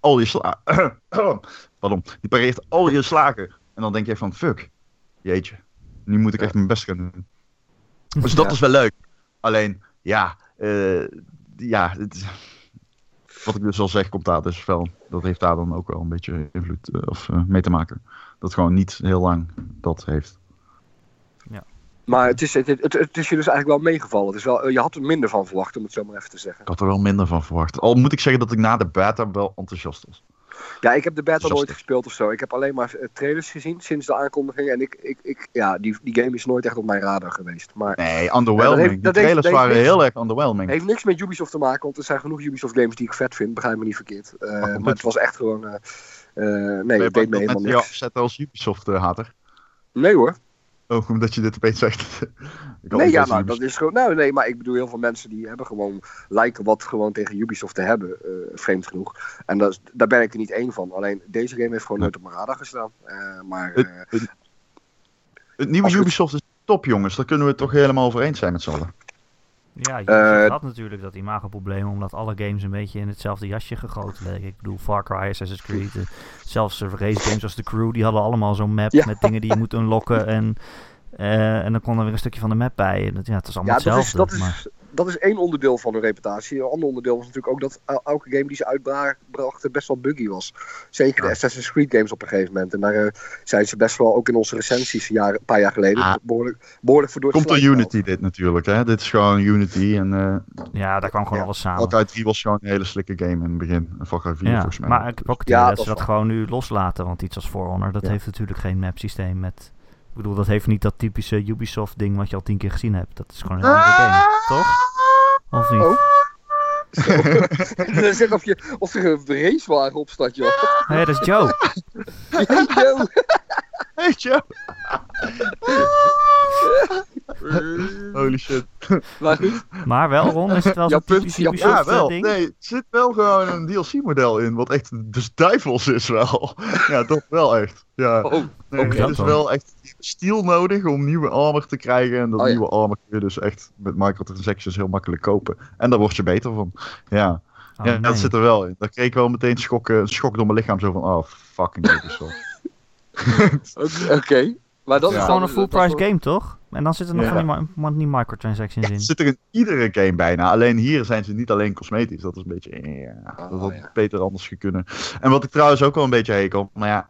al je slagen. Pardon. Die pareert al je slagen. En dan denk je van, fuck. Jeetje. Nu moet ik echt mijn best gaan doen. Dus dat ja. is wel leuk. Alleen, ja. Uh, ja. Het, wat ik dus al zeg, komt daar dus wel. Dat heeft daar dan ook wel een beetje invloed uh, of, uh, mee te maken. Dat gewoon niet heel lang dat heeft. Ja. Maar het is, het, het, het is je dus eigenlijk wel meegevallen. Het is wel, je had er minder van verwacht, om het zo maar even te zeggen. Ik had er wel minder van verwacht. Al moet ik zeggen dat ik na de beta wel enthousiast was. Ja, ik heb de beta nooit gespeeld of zo. Ik heb alleen maar trailers gezien sinds de aankondiging. En ik, ik, ik, ja, die, die game is nooit echt op mijn radar geweest. Maar, nee, underwhelming. Ja, heeft, die trailers heeft, waren niks, heel erg underwhelming. Het heeft niks met Ubisoft te maken, want er zijn genoeg Ubisoft games die ik vet vind. Begrijp me niet verkeerd. Uh, maar, maar het was echt gewoon... Uh, uh, nee, het deed me helemaal niks. Ben je afzetten als Ubisoft-hater? Uh, nee hoor. Ook omdat je dit opeens zegt. Nee, ja, nou, dat is gewoon... Nou, nee, maar ik bedoel, heel veel mensen die hebben gewoon... lijken wat gewoon tegen Ubisoft te hebben, uh, vreemd genoeg. En dat, daar ben ik er niet één van. Alleen, deze game heeft gewoon nooit op mijn radar gestaan. Uh, maar... Uh, het, het, het nieuwe Ubisoft het... is top, jongens. Daar kunnen we het toch helemaal over eens zijn met z'n allen. Ja, Ubisoft uh, had natuurlijk dat imagoprobleem, omdat alle games een beetje in hetzelfde jasje gegoten werden. Ik bedoel, Far Cry, Assassin's Creed, uh, zelfs uh, race games als The Crew, die hadden allemaal zo'n map ja. met dingen die je moet unlocken en, uh, en dan kon er weer een stukje van de map bij. En dat, ja, het is allemaal ja, hetzelfde. Dat is, dat, maar... is, dat is één onderdeel van hun reputatie. Een ander onderdeel was natuurlijk ook dat elke game die ze uitbrachten best wel buggy was. Zeker de Assassin's Creed games op een gegeven moment. En daar uh, zijn ze best wel, ook in onze recensies een, jaar, een paar jaar geleden, ah. behoorlijk, behoorlijk voor door Komt door Unity dit natuurlijk, hè? Dit is gewoon Unity en... Uh, ja, daar kwam gewoon ja. alles samen. Far Cry drie was gewoon een hele slikke game in het begin. Far Cry vier ja, volgens mij. Maar ik heb ook het idee ja, dat, dat ze dat gewoon nu loslaten, want iets als For Honor, dat ja. heeft natuurlijk geen map systeem met... Ik bedoel, dat heeft niet dat typische Ubisoft ding wat je al tien keer gezien hebt. Dat is gewoon een andere game, toch? Of niet? Oh. Zeg of, je, of er een racewagen op staat, joh. Hé, hey, dat is Joe. Hey, Joe. Hey, Joe. Holy shit. Maar goed. Maar wel, Ron, is het wel zo'n typisch Ubisoft ja, wel. ding? Nee, er zit wel gewoon een D L C-model in, wat echt dus duivels is wel. Ja, dat wel echt. Ja. Oh, nee, okay. Het is wel echt steel nodig om nieuwe armor te krijgen. En dat oh, nieuwe ja. armor kun je dus echt met microtransactions heel makkelijk kopen. En daar word je beter van. Ja, oh, ja nee. Dat zit er wel in. Daar kreeg ik wel meteen schok, een schok door mijn lichaam. Zo van, oh, fucking Ubisoft. Oké. Okay. Maar dat ja. is gewoon een full price game, toch? En dan zitten er nog ja. van die, die microtransactions ja, in. Het zit er in iedere game bijna. Alleen hier zijn ze niet alleen cosmetisch. Dat is een beetje... Ja, oh, dat had ja. beter anders kunnen. En wat ik trouwens ook wel een beetje hekel. Maar ja...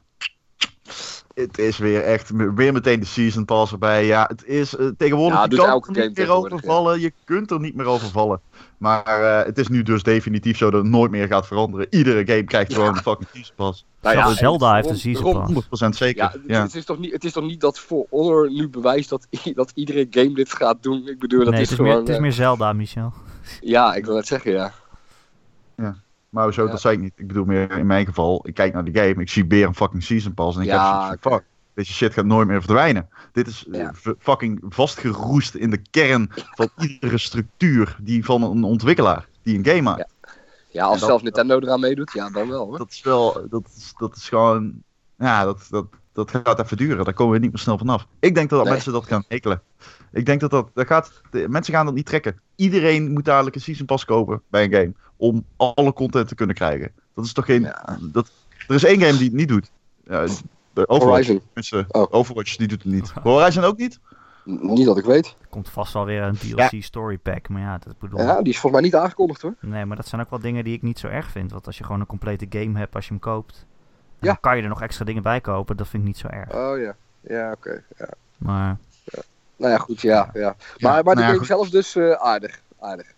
Het is weer echt... Weer meteen de season pass erbij. Ja, het is... Uh, tegenwoordig... Ja, je dus kan elke er niet meer overvallen. Ja. Je kunt er niet meer overvallen. Maar uh, het is nu dus definitief zo dat het nooit meer gaat veranderen. Iedere game krijgt gewoon ja. een fucking season pass. Nou ja, Zelda heeft een season pass. honderd procent zeker. Ja, ja. Het, is toch niet, het is toch niet dat For Honor nu bewijst dat, dat iedere game dit gaat doen? Ik bedoel, dat nee, is het is gewoon... Meer, het is meer Zelda, Michel. Ja, ik wil het zeggen, ja. Ja. Maar zo, ja. dat zei ik niet. Ik bedoel meer in mijn geval, ik kijk naar die game, ik zie weer een fucking season pass en ik ja, heb zoiets van, fuck, deze shit gaat nooit meer verdwijnen. Dit is ja. uh, fucking vastgeroest in de kern van iedere structuur die van een ontwikkelaar die een game maakt. Ja, ja als dat, zelfs Nintendo eraan meedoet, ja, dan wel hoor. Dat is wel, dat is, dat is gewoon, ja, dat, dat, dat gaat even duren. Daar komen we niet meer snel vanaf. Ik denk dat, dat nee. mensen dat gaan hekelen. Ik denk dat dat, dat gaat, de, mensen gaan dat niet trekken. Iedereen moet dadelijk een season pass kopen bij een game. Om alle content te kunnen krijgen. Dat is toch geen... Ja. Dat, er is één game die het niet doet. Uh, Overwatch. Mensen, oh. Overwatch, die doet het niet. Horizon ook niet? Niet dat ik weet. Er komt vast wel weer een D L C ja. story pack. Maar ja, dat bedoel... Ja, die is volgens mij niet aangekondigd hoor. Nee, maar dat zijn ook wel dingen die ik niet zo erg vind. Want als je gewoon een complete game hebt als je hem koopt... Ja. Dan kan je er nog extra dingen bij kopen. Dat vind ik niet zo erg. Oh ja. Ja, oké. Okay. Ja. Maar... Ja. Nou ja, goed, ja. ja. Maar, ja, maar de nou game ja, zelf dus uh, aardig. Aardig.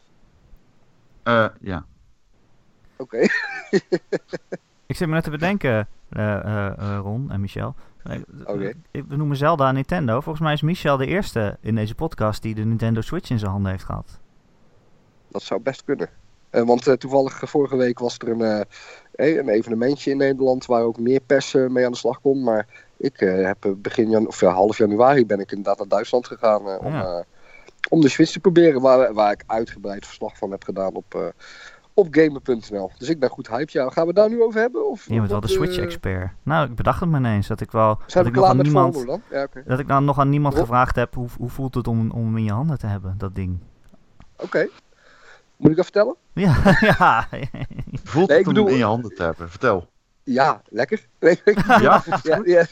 Uh, ja. Oké. Okay. Ik zit me net te bedenken, uh, uh, uh, Ron en Michel. Okay. We noemen Zelda Nintendo. Volgens mij is Michel de eerste in deze podcast die de Nintendo Switch in zijn handen heeft gehad. Dat zou best kunnen. Uh, want uh, toevallig uh, vorige week was er een, uh, een evenementje in Nederland waar ook meer pers uh, mee aan de slag kon. Maar ik uh, heb begin jan- of, uh, half januari ben ik inderdaad naar Duitsland gegaan uh, om, ja. uh, om de Switch te proberen. Waar, waar ik uitgebreid verslag van heb gedaan op, uh, op gamer punt n l. Dus ik ben goed hyped. Ja, gaan we daar nu over hebben? Of, je bent wel de Switch-expert. Uh... Nou, ik bedacht het me ineens dat ik wel... Zijn dat we ik klaar nog met niemand, dan? Ja, okay. Dat ik dan nog aan niemand Rob? gevraagd heb hoe, hoe voelt het om, om hem in je handen te hebben, dat ding. Oké. Okay. Moet ik dat vertellen? Ja, ja. Voelt Nee, het ik bedoel- om in je handen te hebben? Vertel. Ja, lekker. Nee, Ja? ja, ja.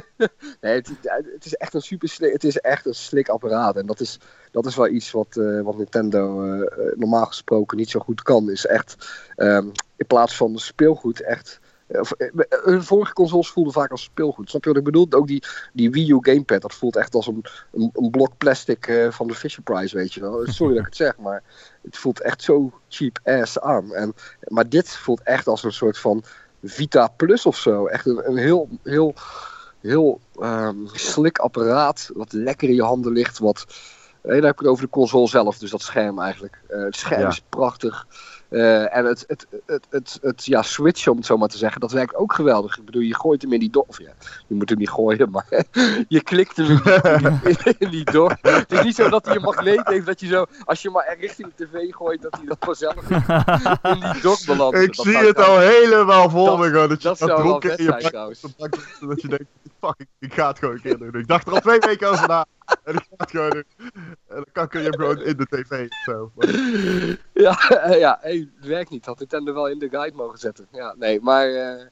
Nee, het, het is echt een super slik, het is echt een slik apparaat. En dat is, dat is wel iets wat, uh, wat Nintendo uh, normaal gesproken niet zo goed kan. Is echt um, in plaats van speelgoed echt. Uh, hun vorige consoles voelden vaak als speelgoed. Snap je wat ik bedoel? Ook die, die Wii U gamepad, dat voelt echt als een, een, een blok plastic uh, van de Fisher Price, weet je wel. Sorry dat ik het zeg, maar het voelt echt zo cheap ass aan. En, maar dit voelt echt als een soort van Vita Plus of zo. Echt een, een heel, heel, heel um, slik apparaat. Wat lekker in je handen ligt. Wat, hey, dan heb ik het over de console zelf. Dus dat scherm eigenlijk. Uh, het scherm Ja. is prachtig. Uh, en het, het, het, het, het, het ja, switchen, om het zo maar te zeggen, dat werkt ook geweldig. Ik bedoel, je gooit hem in die dock. Of ja, je moet hem niet gooien, maar je klikt hem in die, in, in die dock. Het is niet zo dat hij een magneet heeft, dat je zo, als je maar richting de tv gooit, dat hij dan vanzelf in die dock belandt. Ik Dat zie zou het trouwens- al helemaal voor Dat- me gewoon. Dat je dat dat zou wel dronken vet in je zijn, bak trouwens. op de bank zit, dat je denkt, fuck, ik, ik ga het gewoon een keer doen. Ik dacht er al twee weken over na. En ik ga het gewoon doen. En dan kan je hem gewoon in de tv of zo. Maar- Ja, ja hey, het werkt niet. Had Nintendo wel in de guide mogen zetten. Ja, nee, maar... eh,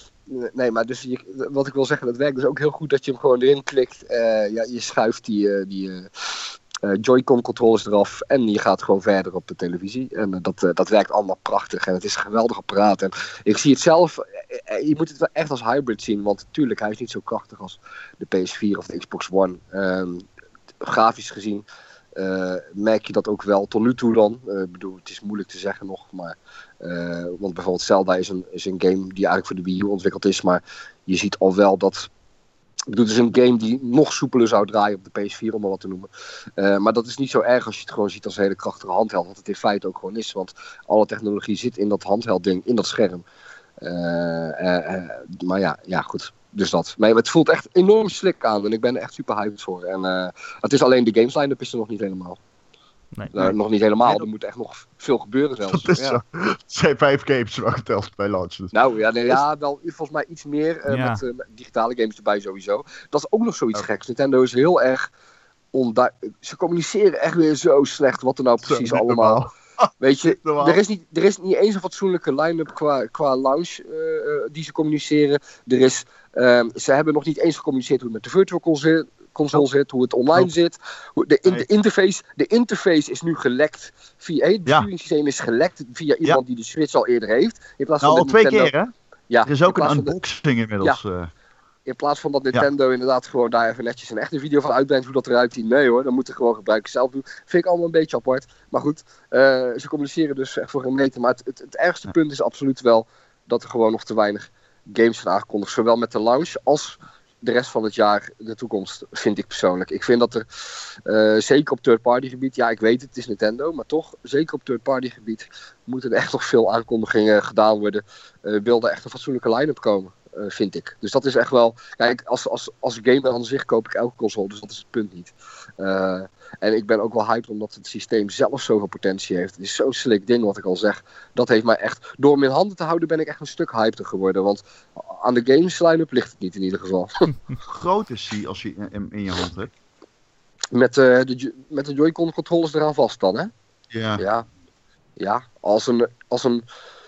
nee, maar dus je, wat ik wil zeggen, dat werkt dus ook heel goed dat je hem gewoon erin klikt. Eh, ja, je schuift die, eh, die eh, eh, Joy-Con controllers eraf en je gaat gewoon verder op de televisie. En eh, dat, eh, dat werkt allemaal prachtig en het is een geweldig apparaat. En ik zie het zelf, eh, eh, je moet het wel echt als hybrid zien, want natuurlijk, hij is niet zo krachtig als de P S vier of de Xbox One. Ehm, grafisch gezien uh, merk je dat ook wel tot nu toe dan. Ik uh, bedoel, het is moeilijk te zeggen nog, maar uh, want bijvoorbeeld Zelda is een, is een game die eigenlijk voor de Wii U ontwikkeld is, maar je ziet al wel dat. Ik bedoel, het is een game die nog soepeler zou draaien op de P S vier, om maar wat te noemen. Uh, maar dat is niet zo erg als je het gewoon ziet als een hele krachtige handheld, wat het in feite ook gewoon is, want alle technologie zit in dat handheld ding, in dat scherm. Uh, uh, uh, maar ja, ja, goed. Dus dat. Maar het voelt echt enorm slik aan en ik ben er echt super hyped voor. En uh, het is alleen de games line-up is er nog niet helemaal. Nee. Uh, nog niet helemaal, er moet echt nog veel gebeuren zelfs. Dat is ja. zo. Het zijn vijf games wel geteld bij launch. Dus. Nou ja, nee, ja, wel volgens mij iets meer uh, Ja. met, uh, met digitale games erbij sowieso. Dat is ook nog zoiets Oh. geks. Nintendo is heel erg onduidelijk. Ze communiceren echt weer zo slecht wat er nou precies Zo, niet allemaal... normaal. Weet je, Normaal. er is, niet, er is niet eens een fatsoenlijke line-up qua, qua launch uh, uh, die ze communiceren. Er is, um, ze hebben nog niet eens gecommuniceerd hoe het met de virtual console, console Klopt. zit, hoe het online Klopt. zit. Hoe de, in, Nee. de, interface, de interface is nu gelekt. Via, het Ja. besturingssysteem is gelekt via iemand die de Switch al eerder heeft. In plaats Nou, van al de twee Nintendo, keer hè? Ja, Er is in ook een plaats van de- unboxing inmiddels. eh. in plaats van dat Nintendo inderdaad gewoon daar even netjes een echte video van uitbrengt hoe dat eruit ziet. Nee hoor, dan moeten gewoon gebruikers zelf doen. Vind ik allemaal een beetje apart. Maar goed, uh, ze communiceren dus echt voor een meter. Maar het, het, het ergste Ja. punt is absoluut wel dat er gewoon nog te weinig games zijn aangekondigd. Zowel met de launch als de rest van het jaar, de toekomst, vind ik persoonlijk. Ik vind dat er, uh, zeker op third-party gebied, ja ik weet het, het is Nintendo, maar toch, zeker op third-party gebied, moeten er echt nog veel aankondigingen gedaan worden. Uh, wil er echt een fatsoenlijke line-up komen. Uh, vind ik. Dus dat is echt wel... Kijk, als, als, als gamer aan zich koop ik elke console, dus dat is het punt niet. Uh, en ik ben ook wel hyped omdat het systeem zelf zoveel potentie heeft. Het is zo'n slick ding wat ik al zeg. Dat heeft mij echt... Door hem in handen te houden ben ik echt een stuk hypeder geworden. Want aan de games line-up ligt het niet in ieder geval. Hoe groot is die als je in, in je hand hebt? met, uh, de, met de Joy-Con controllers eraan vast dan, hè? Ja. Ja. Ja, als een... Als een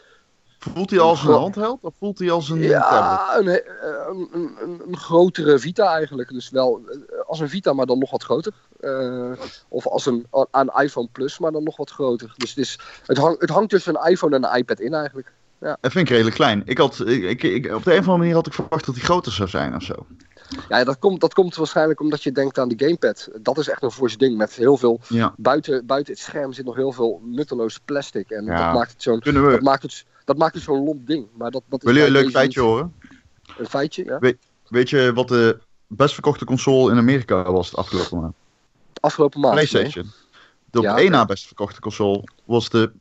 Voelt hij als een handheld of voelt hij als een tablet? Ja, een, een, een, een, een grotere Vita eigenlijk. Dus wel als een Vita, maar dan nog wat groter. Uh, of als een, een iPhone Plus, maar dan nog wat groter. Dus het, is, het, hang, het hangt tussen een iPhone en een iPad in eigenlijk. Ja, Dat vind ik redelijk klein. Ik had, ik, ik, ik, op de een of andere manier had ik verwacht dat hij groter zou zijn of zo. ja dat, komt, dat komt waarschijnlijk omdat je denkt aan de gamepad. Dat is echt een forse ding met heel veel... Ja. Buiten, buiten het scherm zit nog heel veel nutteloos plastic. En Ja. dat maakt het zo'n... Kunnen we... Dat maakt het, dat maakt het zo'n lomp ding. Maar dat, dat is Wil je een bij leuk deze feitje niet- horen? Een feitje, ja. Weet je wat de best verkochte console in Amerika was het afgelopen maand? Afgelopen maand. nee. PlayStation. De op Ja, één oké. na best verkochte console was de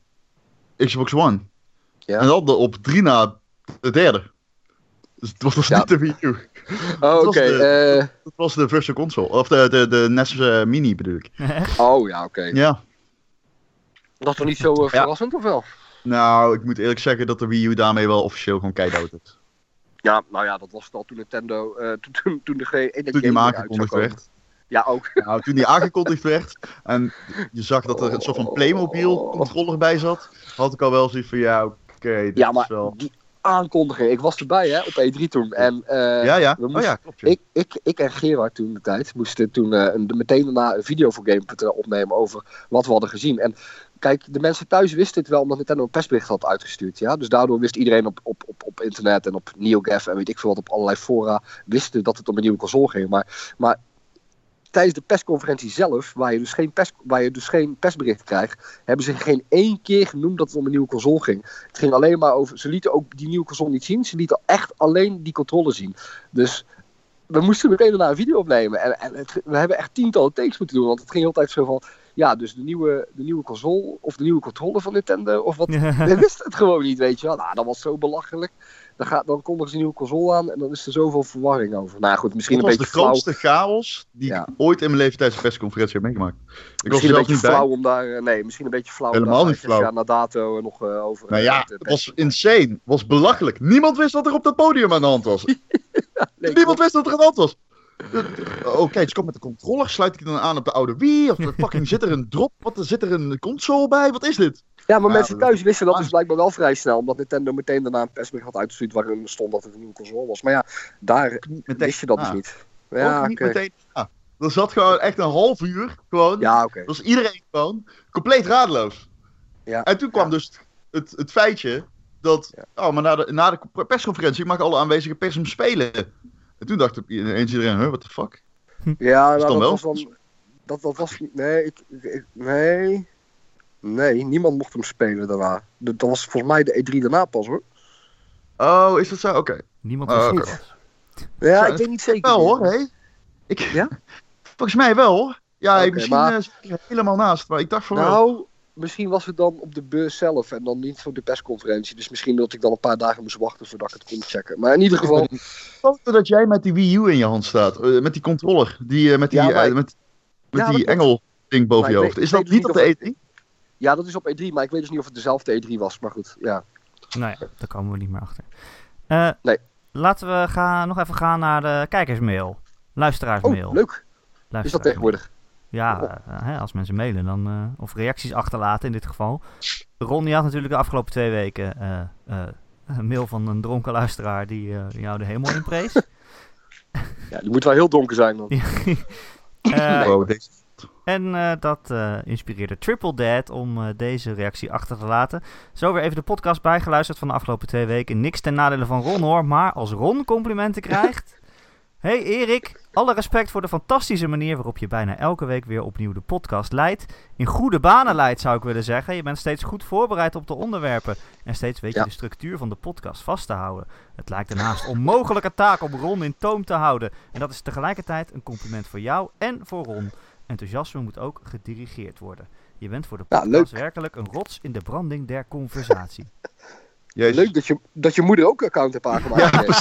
Xbox One. Ja. En dan de op drie na de derde. Dus het was, was Ja. niet de Wii U. Oh, was oké. de- eh, Het was de Virtual Console. Of de, de, de N E S uh, Mini bedoel ik. oh, ja, oké. Ja. Dat is toch niet zo uh, verrassend, of wel? Nou, ik moet eerlijk zeggen dat de Wii U daarmee wel officieel gewoon keidood is. Ja, nou ja, dat was het al toen Nintendo, uh, toen, toen, toen de G één Toen die game maar uit zou aangekondigd komen. werd. Ja, ook. Nou, toen die aangekondigd werd en je zag dat er een soort van Playmobil controller bij zat, had ik al wel zoiets van, ja, oké, okay, dit ja, maar is wel... die aankondiging, ik was erbij hè, op E drie toen. En, uh, ja, ja. we moesten, oh ja, klopt. Ja. Ik, ik, ik en Gerard toen de tijd moesten toen uh, een, meteen daarna een video voor Game punt n l opnemen over wat we hadden gezien. En kijk, de mensen thuis wisten het wel omdat Nintendo een persbericht had uitgestuurd. Ja? Dus daardoor wist iedereen op, op, op, op internet en op NeoGAF en weet ik veel wat, op allerlei fora, wisten dat het om een nieuwe console ging. Maar, maar tijdens de persconferentie zelf, waar je, dus geen pers, waar je dus geen persbericht krijgt, hebben ze geen één keer genoemd dat het om een nieuwe console ging. Het ging alleen maar over, ze lieten ook die nieuwe console niet zien, ze lieten echt alleen die controller zien. Dus we moesten meteen daarna een video opnemen. En, en het, we hebben echt tientallen takes moeten doen, want het ging altijd zo van, ja, dus de nieuwe, de nieuwe console of de nieuwe controller van Nintendo of wat. We wisten het gewoon niet, weet je wel. Nou, dat was zo belachelijk. Dan, gaat, dan kondigen ze een nieuwe console aan en dan is er zoveel verwarring over. Nou goed, misschien dat een beetje flauw. Dat was de grootste chaos die ja. ik ooit in mijn leven tijdens de persconferentie heb meegemaakt. Ik misschien was een beetje niet flauw bij. om daar... Uh, nee, misschien een beetje flauw. Helemaal niet flauw. Ja, Nadato en nog uh, over... Nou ja, het was insane. Het was belachelijk. Niemand wist wat er op dat podium aan de hand was. ja, nee, Niemand wist wat er aan de hand was. Oké, okay, dus kom met de controller, sluit ik die dan aan op de oude Wii? Of fucking zit er een drop? Wat, zit er een console bij? Wat is dit? Ja, maar ja, mensen thuis wisten dat dus blijkbaar wel vrij snel. Omdat Nintendo meteen daarna een persbericht had uitgestuurd waarin stond dat het een nieuwe console was. Maar ja, daar meteen, wist je dat ah. dus niet. Ja, ook niet okay. meteen. Ah. Er zat gewoon echt een half uur gewoon. Ja, oké. Okay. Was iedereen gewoon compleet radeloos. Ja. En toen kwam ja. dus het, het feitje dat, ja. oh, maar na de, na de persconferentie mag alle aanwezige pers hem spelen. En toen dacht ineens iedereen, huh, what the fuck? Ja, nou, dat wel? was dan... Dat, dat was niet... Nee, ik, ik, nee... Nee, niemand mocht hem spelen daarna. Dat was volgens mij de E drie daarna pas, hoor. Oh, is dat zo? Oké. Okay. Niemand wist uh, het okay. pas. Ja, ik weet niet zeker. Wel, hoor, hé. Ik... Ja? Volgens mij wel, hoor. Ja, okay, misschien maar... uh, zit ik helemaal naast, maar ik dacht van nou, wel. Misschien was het dan op de beurs zelf en dan niet voor de persconferentie. Dus misschien dat ik dan een paar dagen moest wachten voordat ik het kon checken. Maar in ieder geval... Ik foto dat jij met die Wii U in je hand staat. Uh, met die controller. Die, uh, met die, ja, maar... uh, met, met ja, die engel ding boven je hoofd. Weet, is dat niet op de E drie? Ja, dat is op E drie, maar ik weet dus niet of het dezelfde E drie was. Maar goed, ja. Nee, daar komen we niet meer achter. Uh, nee. Laten we gaan, nog even gaan naar de kijkersmail. Luisteraarsmail. Oh, leuk. Is dat tegenwoordig? Ja, uh, hè, als mensen mailen dan, uh, of reacties achterlaten in dit geval. Ron, die had natuurlijk de afgelopen twee weken uh, uh, een mail van een dronken luisteraar die uh, jou de hemel inprees. Ja, die moet wel heel donker zijn dan. uh, oh, deze... En uh, dat uh, inspireerde Triple Dad om uh, deze reactie achter te laten. Zo weer even de podcast bijgeluisterd van de afgelopen twee weken. Niks ten nadele van Ron hoor, maar als Ron complimenten krijgt... Hey Erik, alle respect voor de fantastische manier waarop je bijna elke week weer opnieuw de podcast leidt. In goede banen leidt zou ik willen zeggen. Je bent steeds goed voorbereid op de onderwerpen. En steeds weet je ja. de structuur van de podcast vast te houden. Het lijkt daarnaast onmogelijke taak om Ron in toom te houden. En dat is tegelijkertijd een compliment voor jou en voor Ron. Enthousiasme moet ook gedirigeerd worden. Je bent voor de podcast ja, werkelijk een rots in de branding der conversatie. Jezus. Leuk dat je, dat je moeder ook een account hebt aangemaakt. Ja,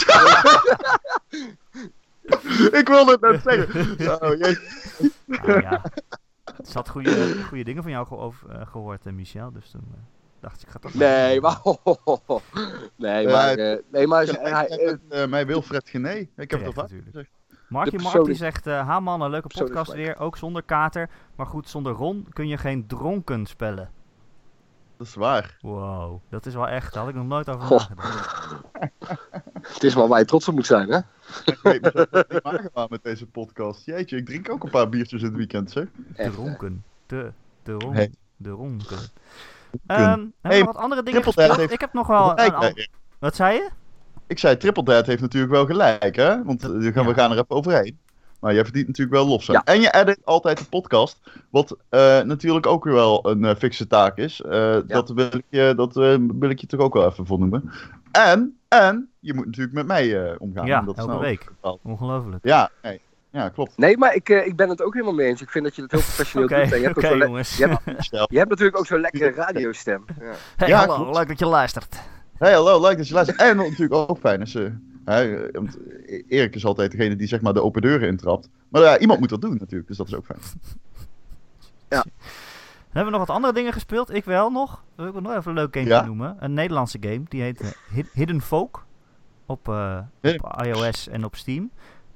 ik wilde het net zeggen. Oh, nou, ja. Er zat goede, goede dingen van jou ge- over, uh, gehoord, uh, Michel. Dus toen uh, dacht ik, ik ga toch... Nee, maar... Oh, oh, oh. Nee, maar... Uh, nee, maar... Uh, hij, uh, uh, mij Wilfred Gené. Ik heb het al vaak gezegd. Marky Mark die zegt... Uh, ha man, een leuke podcast weer. Ook zonder kater. Maar goed, zonder Ron kun je geen dronken spellen. Dat is waar. Wow, dat is wel echt. Daar had ik nog nooit over nagedacht. Het is maar waar je trots op moet zijn, hè? Ik weet mezelf dat niet aangemaakt met deze podcast. Jeetje, ik drink ook een paar biertjes in het weekend, zeg. De ronken. De, de ronken. Hey. De ronken. Um, hebben we wat andere dingen gespeeld? Heeft... Ik heb nog wel... Een al... Wat zei je? Ik zei, Triple Dad heeft natuurlijk wel gelijk, hè? Want dat, we gaan ja. er even overheen. Maar jij verdient natuurlijk wel lof zijn. Ja. En je edit altijd de podcast. Wat uh, natuurlijk ook weer wel een uh, fikse taak is. Uh, ja. Dat, wil ik, je, dat uh, wil ik je toch ook wel even voor noemen. En, en je moet natuurlijk met mij uh, omgaan. Ja, dat elke week. Ongelooflijk. Ja, nee. Ja, klopt. Nee, maar ik, uh, ik ben het ook helemaal mee eens. Ik vind dat je het heel professioneel okay, doet. En je hebt, okay, le- jongens. je, hebt, je hebt natuurlijk ook zo'n lekkere radiostem. Ja. Hey, ja, hallo, klopt. leuk dat je luistert. Hey, hallo, leuk dat je luistert. En natuurlijk ook fijn is... Uh, He, want Erik is altijd degene die zeg maar de open deuren intrapt. Maar ja, iemand moet dat doen natuurlijk, dus dat is ook fijn. Ja. Hebben we nog wat andere dingen gespeeld? Ik wel nog. Wil ik nog even een leuk game ja. noemen. Een Nederlandse game, die heet uh, Hidden Folk. Op, uh, op iOS en op Steam.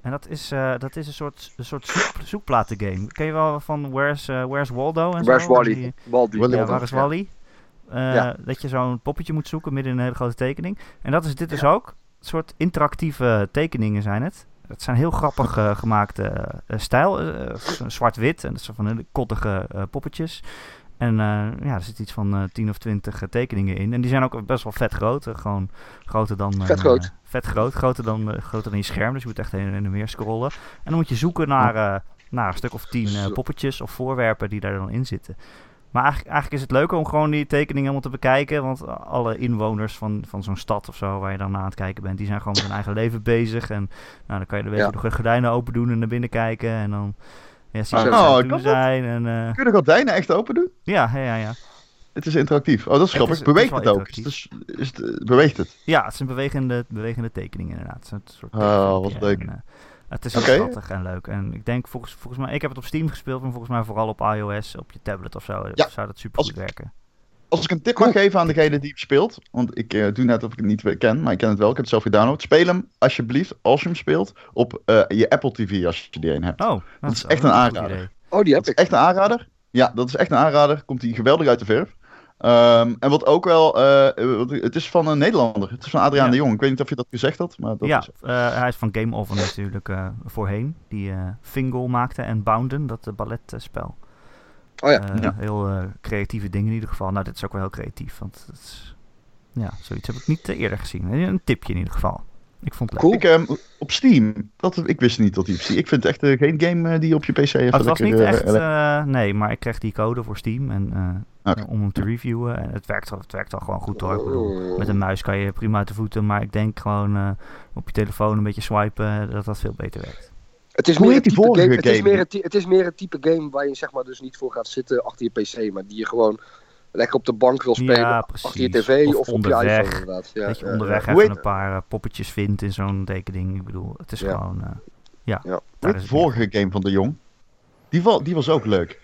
En dat is, uh, dat is een soort, een soort zoek, zoekplaten-game. Ken je wel van Where's, uh, Where's Waldo? En Where's zo? Wally? Die, Wally. ja, Ja, waar is Wally? Uh, ja. Dat je zo'n poppetje moet zoeken midden in een hele grote tekening. En dat is dit dus ja. ook. Een soort interactieve tekeningen zijn het. Het zijn heel grappig uh, gemaakte uh, stijl. Uh, zwart-wit. En dat zijn van hele kottige uh, poppetjes. En uh, ja, er zit iets van uh, tien of twintig uh, tekeningen in. En die zijn ook best wel vet groot. Uh, gewoon groter dan... Uh, vet groot. Uh, vet groot. Groter dan, uh, groter dan je scherm. Dus je moet echt heen en weer scrollen. En dan moet je zoeken naar, uh, naar een stuk of tien uh, poppetjes of voorwerpen die daar dan in zitten. Maar eigenlijk, eigenlijk is het leuker om gewoon die tekeningen helemaal te bekijken. Want alle inwoners van, van zo'n stad of zo waar je dan naar aan het kijken bent, die zijn gewoon met hun eigen leven bezig. En nou, dan kan je de ja. de gordijnen open doen en naar binnen kijken. En dan ja, zie je oh, wat ze zijn. En, uh... kun je de gordijnen echt open doen? Ja, ja, ja. ja. Het is interactief. Oh, dat is grappig. Is, beweegt het, het ook? Is, is het, beweegt het? Ja, het zijn bewegende, bewegende tekeningen inderdaad. Het is een soort oh, wat leuk. En, uh, het is heel okay. schattig en leuk. En ik denk volgens, volgens mij, ik heb het op Steam gespeeld, maar volgens mij vooral op iOS, op je tablet of zo. Ja. Zou dat super goed werken. Als ik een tip mag geven aan degene die het speelt, want ik uh, doe net of ik het niet ken, maar ik ken het wel, ik heb het zelf gedownload. Speel hem alsjeblieft, als je hem speelt, op uh, je Apple T V als je die een hebt. Oh, dat, dat is echt een aanrader. Oh, die heb dat ik. Is echt een aanrader. Ja, dat is echt een aanrader. Komt hij geweldig uit de verf. Um, en wat ook wel, uh, het is van een Nederlander. Het is van Adriaan ja. de Jong. Ik weet niet of je dat gezegd had, maar dat ja, is uh, hij is van Game Over natuurlijk uh, voorheen. Die uh, Fingal maakte en Bounden, dat uh, balletspel. Oh ja. Uh, ja. Heel uh, creatieve dingen in ieder geval. Nou, dit is ook wel heel creatief, want het is, ja, zoiets heb ik niet uh, eerder gezien. Een tipje in ieder geval. Ik vond het cool. leuk. Ik, um, op Steam, dat, ik wist niet dat die op Steam. Ik vind het echt uh, geen game uh, die je op je P C heeft. Oh, het was niet uh, echt, uh, nee, maar ik kreeg die code voor Steam en, uh, okay. om hem te reviewen. En het werkt, het werkt al gewoon goed hoor. Ik bedoel, met een muis kan je prima uit de voeten, maar ik denk gewoon uh, op je telefoon een beetje swipen, dat dat veel beter werkt. Het is, meer type game, game? Het, is meer een, het is meer een type game waar je zeg maar dus niet voor gaat zitten achter je P C, maar die je gewoon lekker op de bank wil spelen, ja, achter je tv of, of op je iPhone inderdaad. Ja, dat je ja, onderweg ja. even een paar uh, poppetjes vindt in zo'n tekening. Ik bedoel, het is ja. gewoon... Uh, ja, ja. De vorige game van de Jong, die, val, die was ook leuk.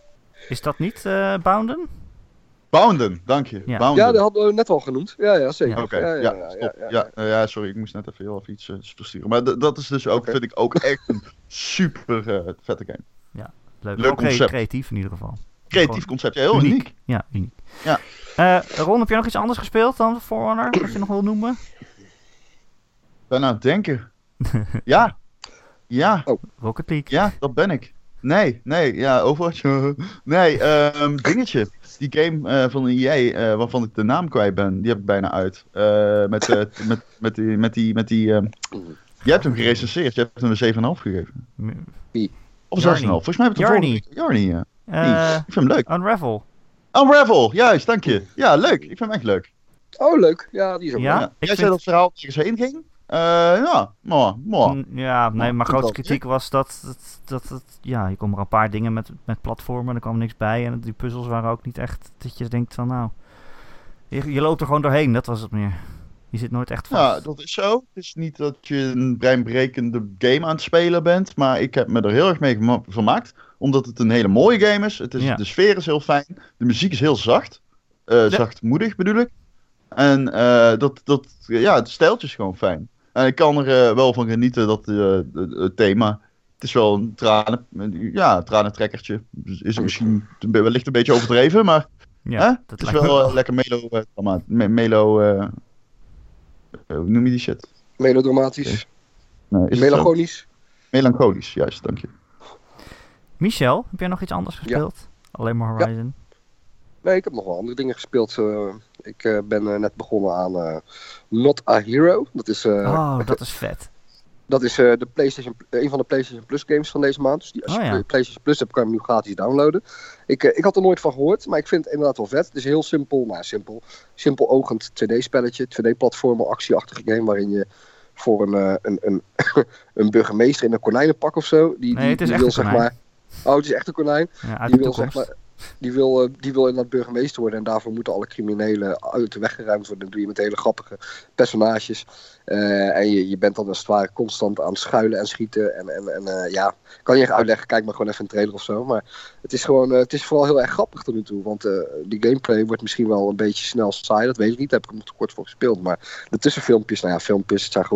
Is dat niet uh, Bounden? Bounden, dank je. Ja, Bounden. ja dat hadden we net al genoemd. Ja, ja zeker. Ja, Oké, okay. ja, ja, ja, ja, ja, ja, ja, sorry, ik moest net even heel even iets uh, versturen. Maar d- dat is dus ook, okay. vind ik ook echt een super uh, vette game. Ja, leuk. Leuk ook concept. Creatief in ieder geval. Creatief concept, ja, heel uniek. uniek. Ja, uniek. Ja. Uh, Ron, heb jij nog iets anders gespeeld dan For Honor? Wat je nog wil noemen? Ben aan het denken. Ja. Ja. Oh. Rocket League. Ja, dat ben ik. Nee, nee, ja, Overwatch. nee, um, dingetje. Die game uh, van E A, uh, waarvan ik de naam kwijt ben, die heb ik bijna uit. Uh, met, uh, met, met die, met die, met die, um... je hebt hem gerecenseerd, je hebt hem een zeven komma vijf gegeven. Wie? Of zes komma vijf, volgens mij heb ik het Jarny. Jarny, ja. Uh, ik vind hem leuk. Unravel. Unravel, juist, dank je. Ja, leuk. Ik vind hem echt leuk. Oh, leuk. Ja, die is ook ja? leuk. Ja. Jij vind... zei dat het verhaal ergens heen ging? Uh, ja, maar, maar. Ja, nee, maar grootste kritiek was dat, dat, dat, dat, ja, je kon maar een paar dingen met, met platformen en er kwam niks bij. En die puzzels waren ook niet echt, dat je denkt van nou, je, je loopt er gewoon doorheen, dat was het meer. Je zit nooit echt vast. Ja, dat is zo. Het is niet dat je een breinbrekende game aan het spelen bent, maar ik heb me er heel erg mee gema- vermaakt. Omdat het een hele mooie game is. Het is ja. De sfeer is heel fijn. De muziek is heel zacht. Uh, ja. Zachtmoedig bedoel ik. En uh, dat, dat, ja, het stijltje is gewoon fijn. En ik kan er uh, wel van genieten dat uh, het thema. Het is wel een tranen, ja, tranentrekkertje. Is misschien wellicht een beetje overdreven, maar ja, hè? Het is wel, wel lekker melo, uh, me, melo uh, uh, hoe noem je die shit? Melodramatisch. Nee, is melancholisch. Melancholisch, juist, dank je. Michel, heb jij nog iets anders gespeeld? Ja. Alleen maar Horizon? Ja. Nee, ik heb nog wel andere dingen gespeeld. Uh, ik uh, ben uh, net begonnen aan uh, Not a Hero. Dat is, uh, oh, dat is vet. Dat is uh, de PlayStation, uh, een van de PlayStation Plus games van deze maand. Dus die, als oh, je ja. PlayStation Plus hebt, kan je hem nu gratis downloaden. Ik, uh, ik had er nooit van gehoord, maar ik vind het inderdaad wel vet. Het is heel simpel, maar simpel. Simpel ogend twee D-spelletje, twee D-platformer, actieachtige game waarin je voor een, uh, een, een, een burgemeester in een konijnenpak of zo. Die, nee, die, het is die echt wil, een zeg konijn. maar. Oh, het is echt een konijn. Ja, uit die de wil, toekomst. zeg maar, Die wil, uh, die wil inderdaad burgemeester worden en daarvoor moeten alle criminelen uit de weg geruimd worden. Dat doe je met hele grappige personages. Uh, en je, je bent dan als het ware constant aan het schuilen en schieten. En, en, en uh, ja, kan je echt uitleggen, kijk maar gewoon even een trailer of zo. Maar het is gewoon, uh, het is vooral heel erg grappig tot nu toe. Want uh, die gameplay wordt misschien wel een beetje snel saai, dat weet ik niet. Daar heb ik hem nog te kort voor gespeeld. Maar de tussenfilmpjes, nou ja, filmpjes, het zijn gewoon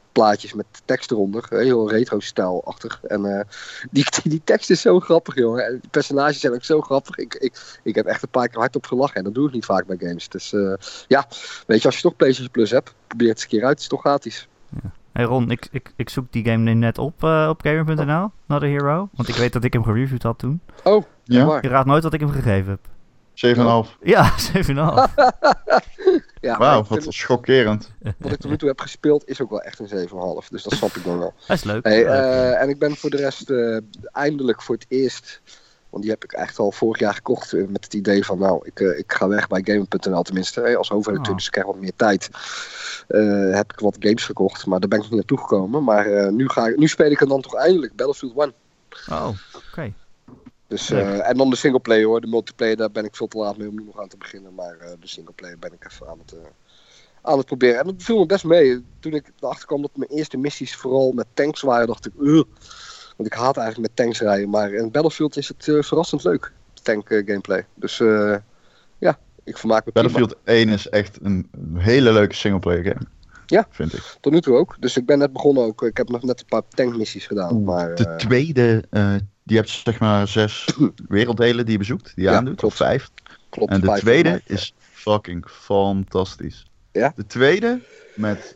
plaatjes met tekst eronder. Heel retro-stijl-achtig. En uh, die, die, die tekst is zo grappig, jongen. En de personages zijn ook zo grappig. Ik, ik, ik heb echt een paar keer hard op gelachen. En dat doe ik niet vaak bij games. Dus uh, ja, weet je, als je toch PlayStation Plus hebt, probeer het eens een keer uit. Het is toch gratis. Ja. Hey Ron, ik, ik, ik zoek die game nu net op uh, op gamer punt n l. Oh. Not a Hero. Want ik weet dat ik hem gereviewd had toen. Oh, ja. Je raadt nooit wat ik hem gegeven heb. zeven komma vijf. Ja, zeven komma vijf. Ja, wauw, wat schokkerend. Wat ik tot nu toe heb gespeeld is ook wel echt een zeven komma vijf. Dus dat snap ik dan wel. Dat is leuk. Hey, uh, leuk. En ik ben voor de rest uh, eindelijk voor het eerst... Want die heb ik echt al vorig jaar gekocht uh, met het idee van... Nou, ik, uh, ik ga weg bij gamer punt n l tenminste. Hey, als hoofdredacteur, oh. Dus ik krijg wat meer tijd. Uh, heb ik wat games gekocht. Maar daar ben ik nog niet naartoe gekomen. Maar uh, nu, ga ik, nu speel ik hem dan toch eindelijk. Battlefield one. Oh, oké. Okay. Dus, uh, en dan de singleplayer hoor. De multiplayer, daar ben ik veel te laat mee om nu nog aan te beginnen. Maar uh, de singleplayer ben ik even aan het, uh, aan het proberen. En dat viel me best mee. Toen ik erachter kwam dat mijn eerste missies vooral met tanks waren, dacht ik... Uh, want ik haat eigenlijk met tanks rijden. Maar in Battlefield is het uh, verrassend leuk. Tank uh, gameplay. Dus uh, ja, ik vermaak me Battlefield prima. één is echt een hele leuke singleplayer game. Ja, vind ik. Tot nu toe ook. Dus ik ben net begonnen ook. Ik heb nog net een paar tankmissies gedaan. Oeh, maar, de uh, tweede, uh, die hebt zeg maar zes werelddelen die je bezoekt, die je ja, aandoet, klopt. of vijf. Klopt, en de vijf tweede mij, is ja. fucking fantastisch. Ja? De tweede met,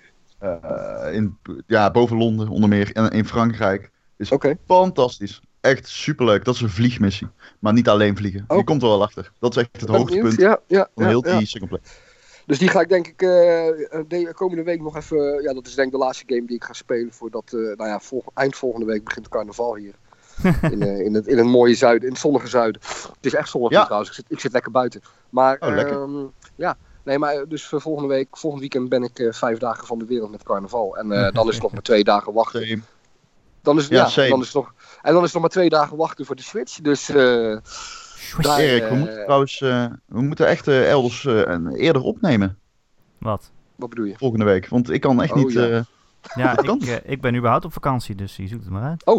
uh, in, ja, boven Londen onder meer, in, in Frankrijk, is okay. fantastisch. Echt superleuk. Dat is een vliegmissie. Maar niet alleen vliegen. Oh. Die komt er wel achter. Dat is echt het hoogtepunt ja, ja, van ja, heel ja. die singleplay. Dus die ga ik denk ik uh, de komende week nog even... Ja, dat is denk ik de laatste game die ik ga spelen voordat... Uh, nou ja, vol, eind volgende week begint carnaval hier. in, uh, in, het, in het mooie zuiden, in het zonnige zuiden. Het is echt zonnig ja. trouwens. Ik zit, ik zit lekker buiten. Maar oh, lekker. Um, ja, nee, maar dus voor volgende week, volgend weekend ben ik uh, vijf dagen van de wereld met carnaval. En uh, dan is het nog maar twee dagen wachten. Same. Dan is het, ja, ja dan is het nog, en dan is het nog maar twee dagen wachten voor de Switch. Dus... Uh, daar, Erik, we uh, moeten trouwens... Uh, we moeten echt uh, elders uh, eerder opnemen. Wat? Wat bedoel je? Volgende week. Want ik kan echt oh, niet... Ja, uh, ja ik, uh, ik ben überhaupt op vakantie, dus je zoekt het maar uit. Oh.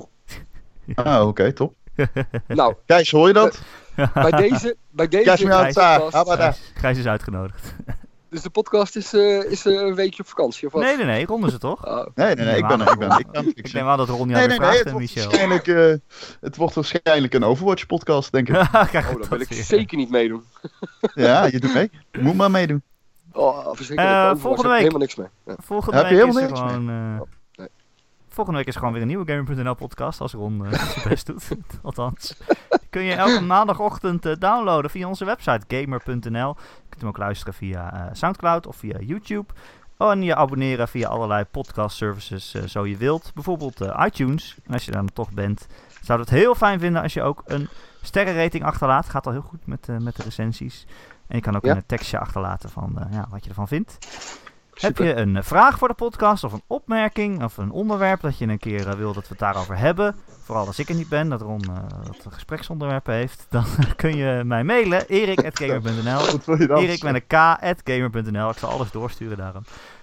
Ah, oké, okay, top. Nou. Gijs, hoor je dat? Uh, bij deze... Bij deze Gijs, Gijs, Gijs is uitgenodigd. Dus de podcast is, uh, is uh, een weekje op vakantie, of wat? Nee, nee, nee. Ron is het toch? Oh. Nee, nee, nee. Ik ben er. Ik, ben, ik, ben, ik neem aan dat Ron niet nee, aan nee, de vraag nee, stelt, Michel. Waarschijnlijk, uh, het wordt waarschijnlijk een Overwatch-podcast, denk ik. Oh, daar wil ik zeker niet meedoen. Ja, je doet mee. Je moet maar meedoen. Oh, verschrikkelijk. Uh, volgende week. helemaal niks mee. Ja. Volgende Heb week je helemaal is niks gewoon... mee? Uh, oh, nee. Volgende week is gewoon weer een nieuwe gamer punt n l podcast, als Ron uh, zijn best doet. Althans. Die kun je elke maandagochtend uh, downloaden via onze website gamer punt n l. Je kunt hem ook luisteren via uh, Soundcloud of via YouTube. Oh, en je abonneren via allerlei podcast services uh, zo je wilt. Bijvoorbeeld uh, iTunes. En als je daar dan toch bent, zouden we het heel fijn vinden als je ook een sterrenrating achterlaat. Gaat al heel goed met, uh, met de recensies. En je kan ook ja. een tekstje achterlaten van uh, ja, wat je ervan vindt. Super. Heb je een uh, vraag voor de podcast of een opmerking of een onderwerp dat je een keer uh, wil dat we het daarover hebben? Vooral als ik er niet ben, dat Ron uh, dat gespreksonderwerpen heeft. Dan kun je mij mailen, erik at gamer punt n l. Erik met een k at gamer punt n l. Ik zal alles doorsturen daarom.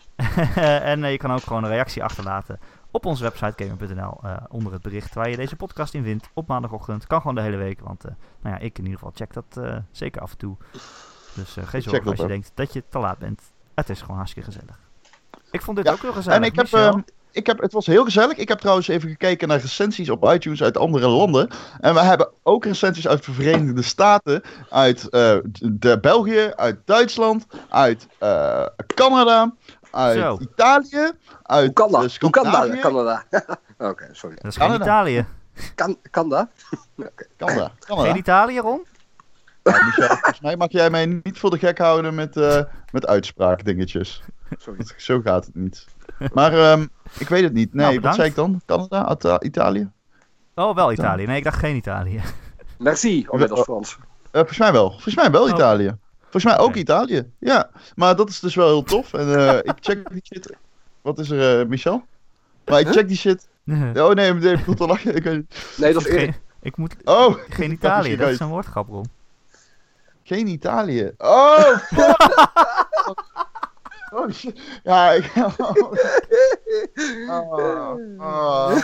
en uh, je kan ook gewoon een reactie achterlaten op onze website gamer punt n l. Uh, onder het bericht waar je deze podcast in vindt op maandagochtend. Kan gewoon de hele week, want uh, nou ja, ik in ieder geval check dat uh, zeker af en toe. Dus uh, geen zorgen als je denkt dat je te laat bent. Het is gewoon hartstikke gezellig. Ik vond dit ja, ook heel gezellig. En ik heb, uh, ik heb, het was heel gezellig. Ik heb trouwens even gekeken naar recensies op iTunes uit andere landen. En we hebben ook recensies uit de Verenigde Staten, uit uh, de België, uit Duitsland, uit uh, Canada, uit Zo. Italië, uit Hoe kan dat? Uh, Scandinavië. Hoe kan dat? Canada. Oké, okay, sorry. Dat is geen Italië. Kan, kan dat? Okay. Canada. Canada. Geen Italië, Ron? Ja, Michel, volgens mij mag jij mij niet voor de gek houden met, uh, met uitspraakdingetjes. Sorry. Zo gaat het niet. Maar um, ik weet het niet. Nee, nou, wat zei ik dan? Canada? Ata- Italië? Oh, wel Italië. Nee, ik dacht geen Italië. Merci, oh, net als Frans. Uh, volgens mij wel. Volgens mij wel oh. Italië. Volgens mij ook okay. Italië. Ja, maar dat is dus wel heel tof. En uh, ik check die shit. Wat is er, uh, Michel? Maar ik check die shit. Oh nee, nee, ik moet wel lachen. Ik weet... Nee, dat is Erik. Ik moet... Oh! Geen Italië, dat is een woordgrap, Ron. Geen Italië. Oh, fuck! Oh, shit. Ja, ik... Oh, oh, oh,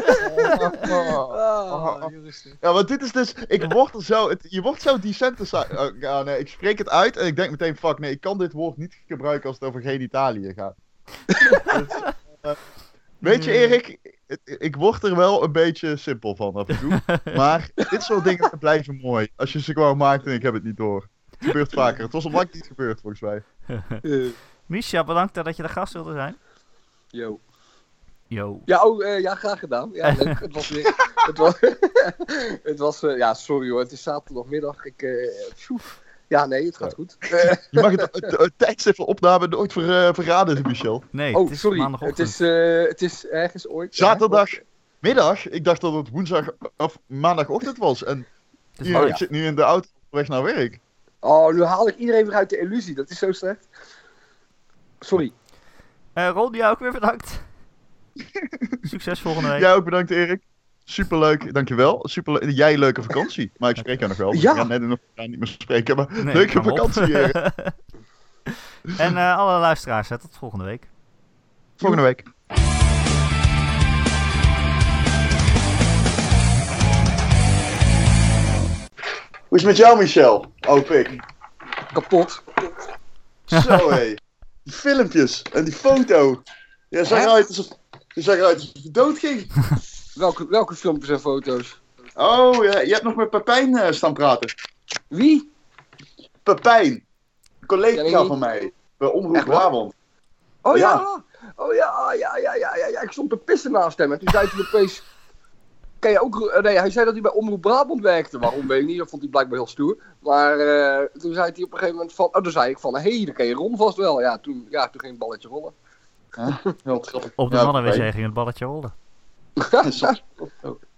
oh, oh. Ja, maar dit is dus... Ik word er zo... Het, je wordt zo desensitized. Oh, ja, nee, ik spreek het uit en ik denk meteen... Fuck, nee, ik kan dit woord niet gebruiken als het over geen Italië gaat. Dus, Weet je, Erik, ik, ik word er wel een beetje simpel van af en toe. Maar dit soort dingen blijven mooi. Als je ze gewoon maakt en ik heb het niet door. Het gebeurt vaker. Het was al lang niet gebeurd, volgens mij. Uh, Misha, bedankt dat je de gast wilde zijn. yo. Yo. Ja, oh, uh, ja, graag gedaan. Ja, leuk. Het was weer... het was... het was uh, ja, sorry hoor. Het is zaterdagmiddag. Ik... Uh, pjoef. Ja, nee, het gaat Ja. goed. Je mag het, het, het tijdstip van opname nooit ver, uh, verraden, Michel. Nee, Oh, het is sorry. maandagochtend. Het is, uh, het is ergens ooit... Zaterdag. Middag. Ik dacht dat het woensdag of maandagochtend was. En Het is hier, wel- ik zit nu in de auto op weg naar werk. Oh, nu haal ik iedereen weer uit de illusie. Dat is zo slecht. Sorry. Eh, Ron, jou ook weer bedankt. Succes volgende week. Jij ook bedankt, Erik. Superleuk, dankjewel. Super Jij leuke vakantie. Maar ik spreek jou nog wel. Ja. Ik ga net nog niet meer spreken, maar Nee, leuke kom op. vakantie, Erik. En eh, alle luisteraars, hè, tot volgende week. Volgende week. Hoe is het met jou, Michel? Oh, pik. Kapot. Zo, hé. Die filmpjes en die foto. Je zag Hè? eruit alsof je zag eruit alsof je dood ging. Welke, welke filmpjes en foto's? Oh, ja, je hebt nog met Pepijn uh, staan praten. Wie? Pepijn. Een collega Ken ik niet. van mij. Bij Omroep Echt waar? Brabant. Oh ja. Ja. Oh ja, ja, ja, ja, ja, ja. Ik stond te pissen naast hem. En toen zei hij opeens... Ken je ook... eh, Nee, hij zei dat hij bij Omroep Brabant werkte. Waarom, weet ik niet. Dat vond hij blijkbaar heel stoer. Maar uh, toen zei hij op een gegeven moment van... Oh, toen zei ik van... Hé, hey, dan ken je Ron vast wel. Ja, toen, ja, toen ging het balletje rollen. Ja, heel grappig. Op de Ja, mannenwc Pepijn. ging het balletje rollen. Soms-